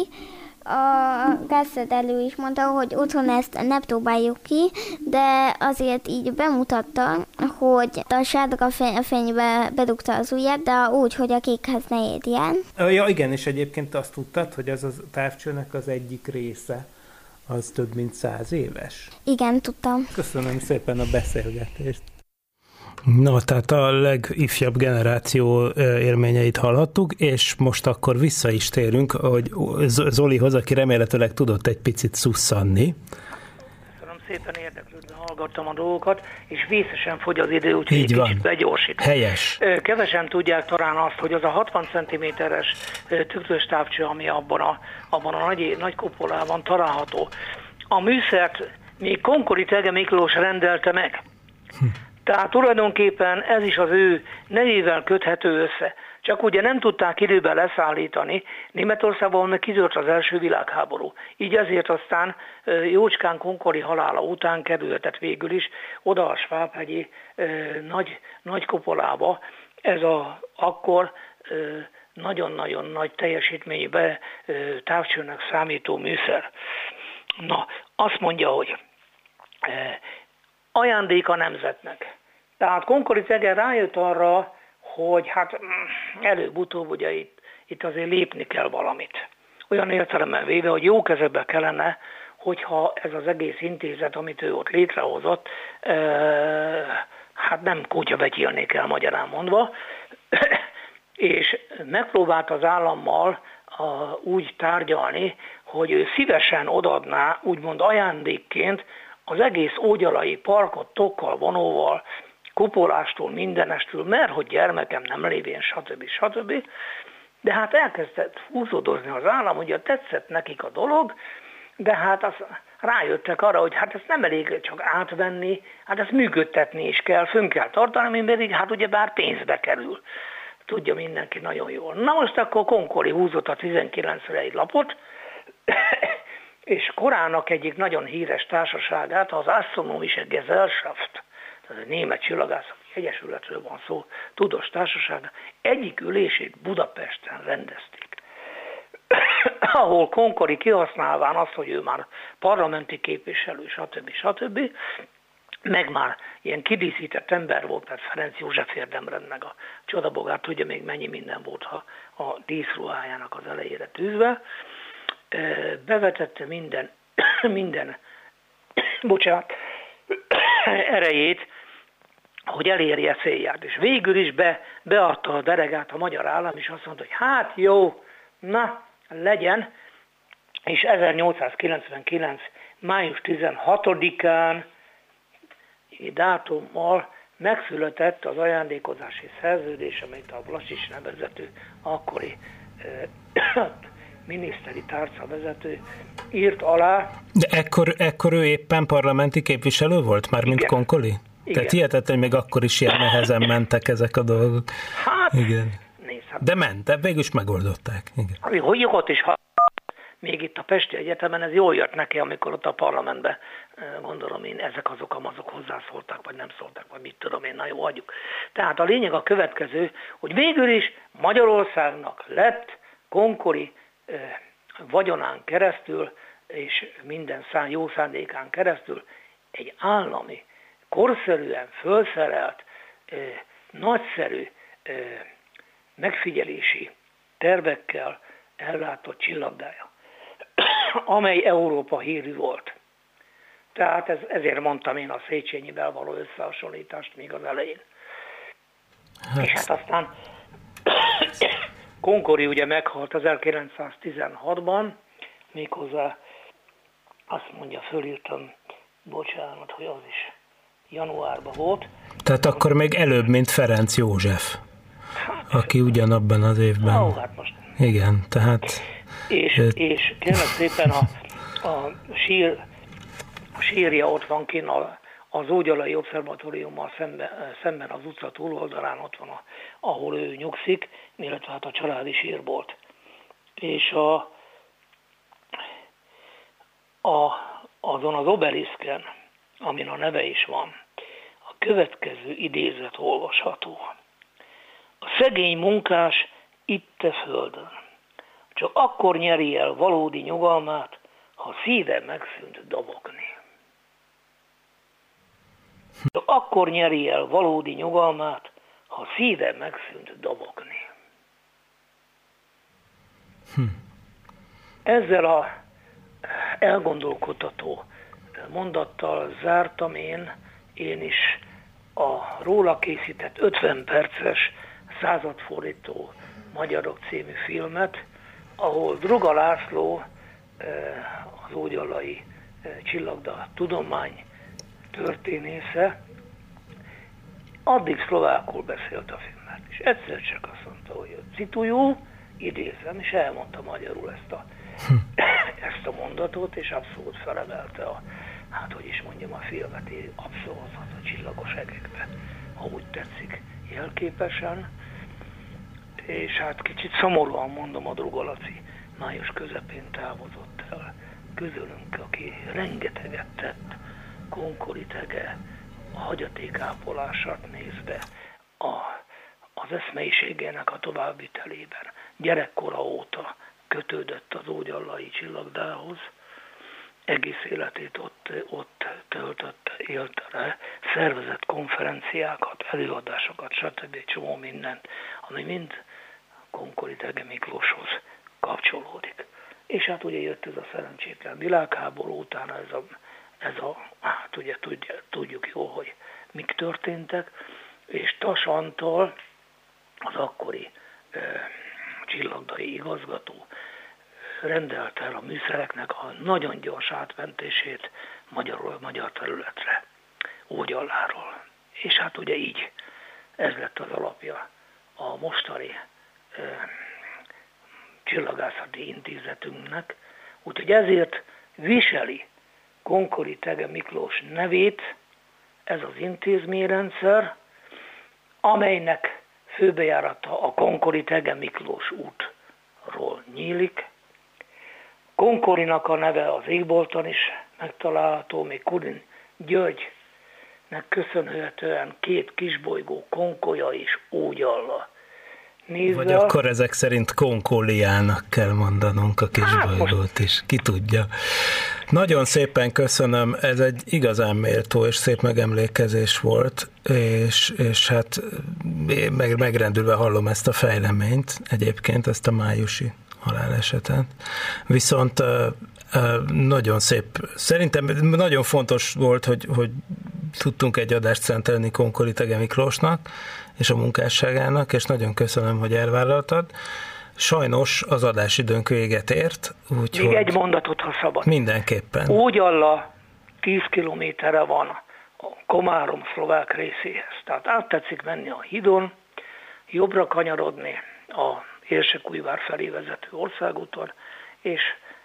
A gázszerelő is mondta, hogy otthon ezt ne próbáljuk ki, de azért így bemutatta, hogy a sárga fénybe bedugta az ujját, de úgy, hogy a kékhez ne érjen. Ja, igen, és egyébként azt tudtad, hogy az a távcsőnek az egyik része, az több mint száz éves? Igen, tudtam. Köszönöm szépen a beszélgetést. Na, tehát a legifjabb generáció élményeit hallhattuk, és most akkor vissza is térünk, hogy Zolihoz, aki remélhetőleg tudott egy picit szusszanni. Köszönöm szépen, érdeklődve hallgattam a dolgokat, és vészesen fogy az idő, úgyhogy egy kicsit begyorsítom. Helyes. Kevesen tudják talán azt, hogy az a hatvan centiméteres tükrös távcső, ami abban a, abban a nagy, nagy kupolában található. A műszert még Konkoli Tege Miklós rendelte meg. Hm. Tehát tulajdonképpen ez is az ő nevével köthető össze. Csak ugye nem tudták időben leszállítani, Németországban meg kitört az első világháború. Így ezért aztán jócskán Konkoli halála után kerültet végül is oda a Svábhegyi nagy, nagy kupolába. Ez a, akkor nagyon-nagyon nagy teljesítménybe távcsőnek számító műszer. Na, azt mondja, hogy ajándék a nemzetnek. Tehát Konkoli Tege rájött arra, hogy hát előbb-utóbb ugye itt, itt azért lépni kell valamit. Olyan értelemben véve, hogy jó kezekbe kellene, hogyha ez az egész intézet, amit ő ott létrehozott, hát nem kutyabetyélni kell magyarán mondva, és megpróbált az állammal a, úgy tárgyalni, hogy ő szívesen odaadná, úgymond ajándékként az egész Ógyalai parkot tokkal, vonóval, kupolástól, mindenestől, mert hogy gyermekem nem lévén, stb. stb. De hát elkezdett húzódozni az állam, ugye tetszett nekik a dolog, de hát az, rájöttek arra, hogy hát ezt nem elég csak átvenni, hát ezt működtetni is kell, fönn kell tartani, ami pedig hát ugye bár pénzbe kerül. Tudja mindenki nagyon jól. Na most akkor Konkoli húzott a tizenkilencre egy lapot, és korának egyik nagyon híres társaságát, az Astronomische Gesellschaft, tehát a német csillagászati egyesületről van szó, tudós társaság, egyik ülését Budapesten rendezték. Ahol Konkoli kihasználván azt, hogy ő már parlamenti képviselő, stb. stb., meg már ilyen kidíszített ember volt, mert Ferenc József érdemrend, meg a csodabogár, tudja még mennyi minden volt a, a díszruhájának az elejére tűzve, bevetette minden, minden bocsánat, erejét, hogy elérje célját. És végül is be, beadta a delegát a magyar állam, és azt mondta, hogy hát jó, na, legyen, és ezernyolcszázkilencvenkilenc. május tizenhatodikán dátummal megszületett az ajándékozási szerződés, amit a Vlasics nevezető akkori eh, miniszteri tárcavezető írt alá. De ekkor, ekkor ő éppen parlamenti képviselő volt, már mint Konkoli? Igen. Tehát hihetetlen, hogy még akkor is ilyen nehezen mentek ezek a dolgok. Hát, igen. Nézd, hát, de ment, de végül is megoldották. Igen. Hogy ott is, ha még itt a Pesti Egyetemen ez jól jött neki, amikor ott a parlamentben, gondolom én, ezek azok amazok hozzászóltak, vagy nem szóltak, vagy mit tudom én, na jó, adjuk. Tehát a lényeg a következő, hogy végül is Magyarországnak lett Konkoli eh, vagyonán keresztül, és minden szám, jó szándékán keresztül egy állami, korszerűen fölszerelt, eh, nagyszerű eh, megfigyelési tervekkel ellátott csillagdája, amely Európa hírű volt. Tehát ez, ezért mondtam én a Széchenyivel való összehasonlítást még az elején. Hát. És hát aztán Konkoli ugye meghalt ezerkilencszáztizenhatban, méghozzá azt mondja, fölírtam, bocsánat, hogy az is januárban volt. Tehát akkor még előbb, mint Ferenc József, hát, aki ugyanabban az évben. Ó, hát most. Igen, tehát... És, ö... és kérlek szépen a, a, sír, a sírja ott van kint az Ógyalai Obszervatóriummal szemben, szemben az utca túloldalán, ott van, a, ahol ő nyugszik, illetve hát a családi sírbolt. És a, a, azon az obeliszken, amin a neve is van, a következő idézet olvasható. A szegény munkás itt a földön csak akkor nyeri el valódi nyugalmát, ha szíve megszűnt dobogni. Csak akkor nyeri el valódi nyugalmát, ha szíve megszűnt dobogni. Hm. Ezzel a elgondolkodtató mondattal zártam én, én is a róla készített ötven perces századfordító magyarok című filmet, ahol Druga László, az ógyalai csillagda tudomány történésze, addig szlovákul beszélt a filmet, és egyszer csak azt mondta, hogy citujú, idézem, és elmondta magyarul ezt a, ezt a mondatot, és abszolút felemelte a, hát hogy is mondjam, a filmet, abszolút a csillagos egekbe, ha úgy tetszik, jelképesen. És hát kicsit szomorúan mondom, a Druga Laci május közepén távozott el közülünk, aki rengeteget tett Konkoli Tege a hagyatékápolását nézve, a, az eszmeiségének a továbbvitelében. gyerekkora óta kötődött az Ógyallai Csillagdához, egész életét ott, ott töltötte, élte le, szervezett konferenciákat, előadásokat, stb. Egy csomó mindent, ami mind Konkoli Thege Miklóshoz kapcsolódik. És hát ugye jött ez a szerencsétlen világháború, utána ez a, ez a hát ugye tudja, tudjuk jól, hogy mik történtek, és Tass Antal, az akkori e, csillagdai igazgató, rendelte el a műszereknek a nagyon gyors átmentését magyarul, magyar területre, Ógyalláról. És hát ugye így ez lett az alapja a mostani e, csillagászati intézetünknek, úgyhogy ezért viseli Konkoli Thege Miklós nevét ez az intézményrendszer, amelynek főbejárata a Konkoli Thege Miklós útról nyílik. Konkolinak a neve az égbolton is megtalálható, még Kudin Györgynek köszönhetően két kisbolygó, Konkolya és Ógyalla nézve. Vagy akkor ezek szerint Konkóliának kell mondanunk a kisbolygót is, ki tudja. Nagyon szépen köszönöm, ez egy igazán méltó és szép megemlékezés volt, és, és hát meg, megrendülve hallom ezt a fejleményt, egyébként ezt a májusi halálesetet. Viszont nagyon szép, szerintem nagyon fontos volt, hogy, hogy tudtunk egy adást szentelni Konkoli Thege Miklósnak és a munkásságának, és nagyon köszönöm, hogy elvállaltad. Sajnos az adásidőnk véget ért. Úgyhogy még egy mondatot, ha szabad. Mindenképpen. Ógyalla tíz kilométerre van a Komárom szlovák részéhez. Tehát át tetszik menni a hídon, jobbra kanyarodni a Érsekújvár felé vezető országúton, és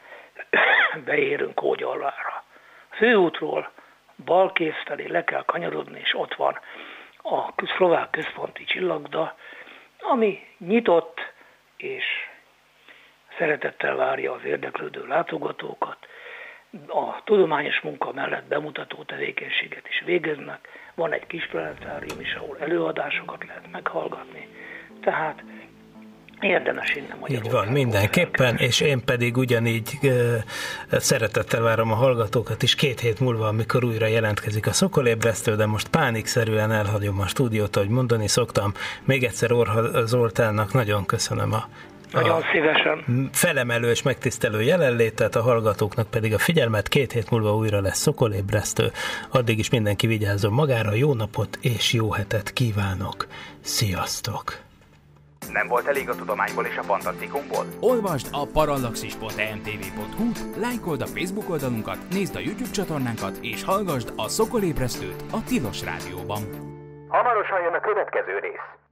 beérünk Ógyallára. Főútról balkész felé le kell kanyarodni, és ott van a szlovák központi csillagda, ami nyitott, és szeretettel várja az érdeklődő látogatókat. A tudományos munka mellett bemutató tevékenységet is végeznek. Van egy kis planetárium is, ahol előadásokat lehet meghallgatni. Tehát érdemes innen Magyarországon. Így van, mindenképpen, és én pedig ugyanígy e, szeretettel várom a hallgatókat is két hét múlva, amikor újra jelentkezik a Szokolébresztő, de most pánikszerűen elhagyom a stúdiót, ahogy mondani szoktam. Még egyszer Orha Zoltánnak nagyon köszönöm a, nagyon a szívesen felemelő és megtisztelő jelenlétet, a hallgatóknak pedig a figyelmet. Két hét múlva újra lesz Szokolébresztő. Addig is mindenki vigyázzon magára, jó napot és jó hetet kívánok. Sziasztok! Nem volt elég a tudományból és a fantasztikumból? Olvasd a parallaxis pont e m t v pont h u-t, lájkold a Facebook oldalunkat, nézd a YouTube csatornánkat, és hallgasd a Szokolébresztőt a Tilos Rádióban. Hamarosan jön a következő rész.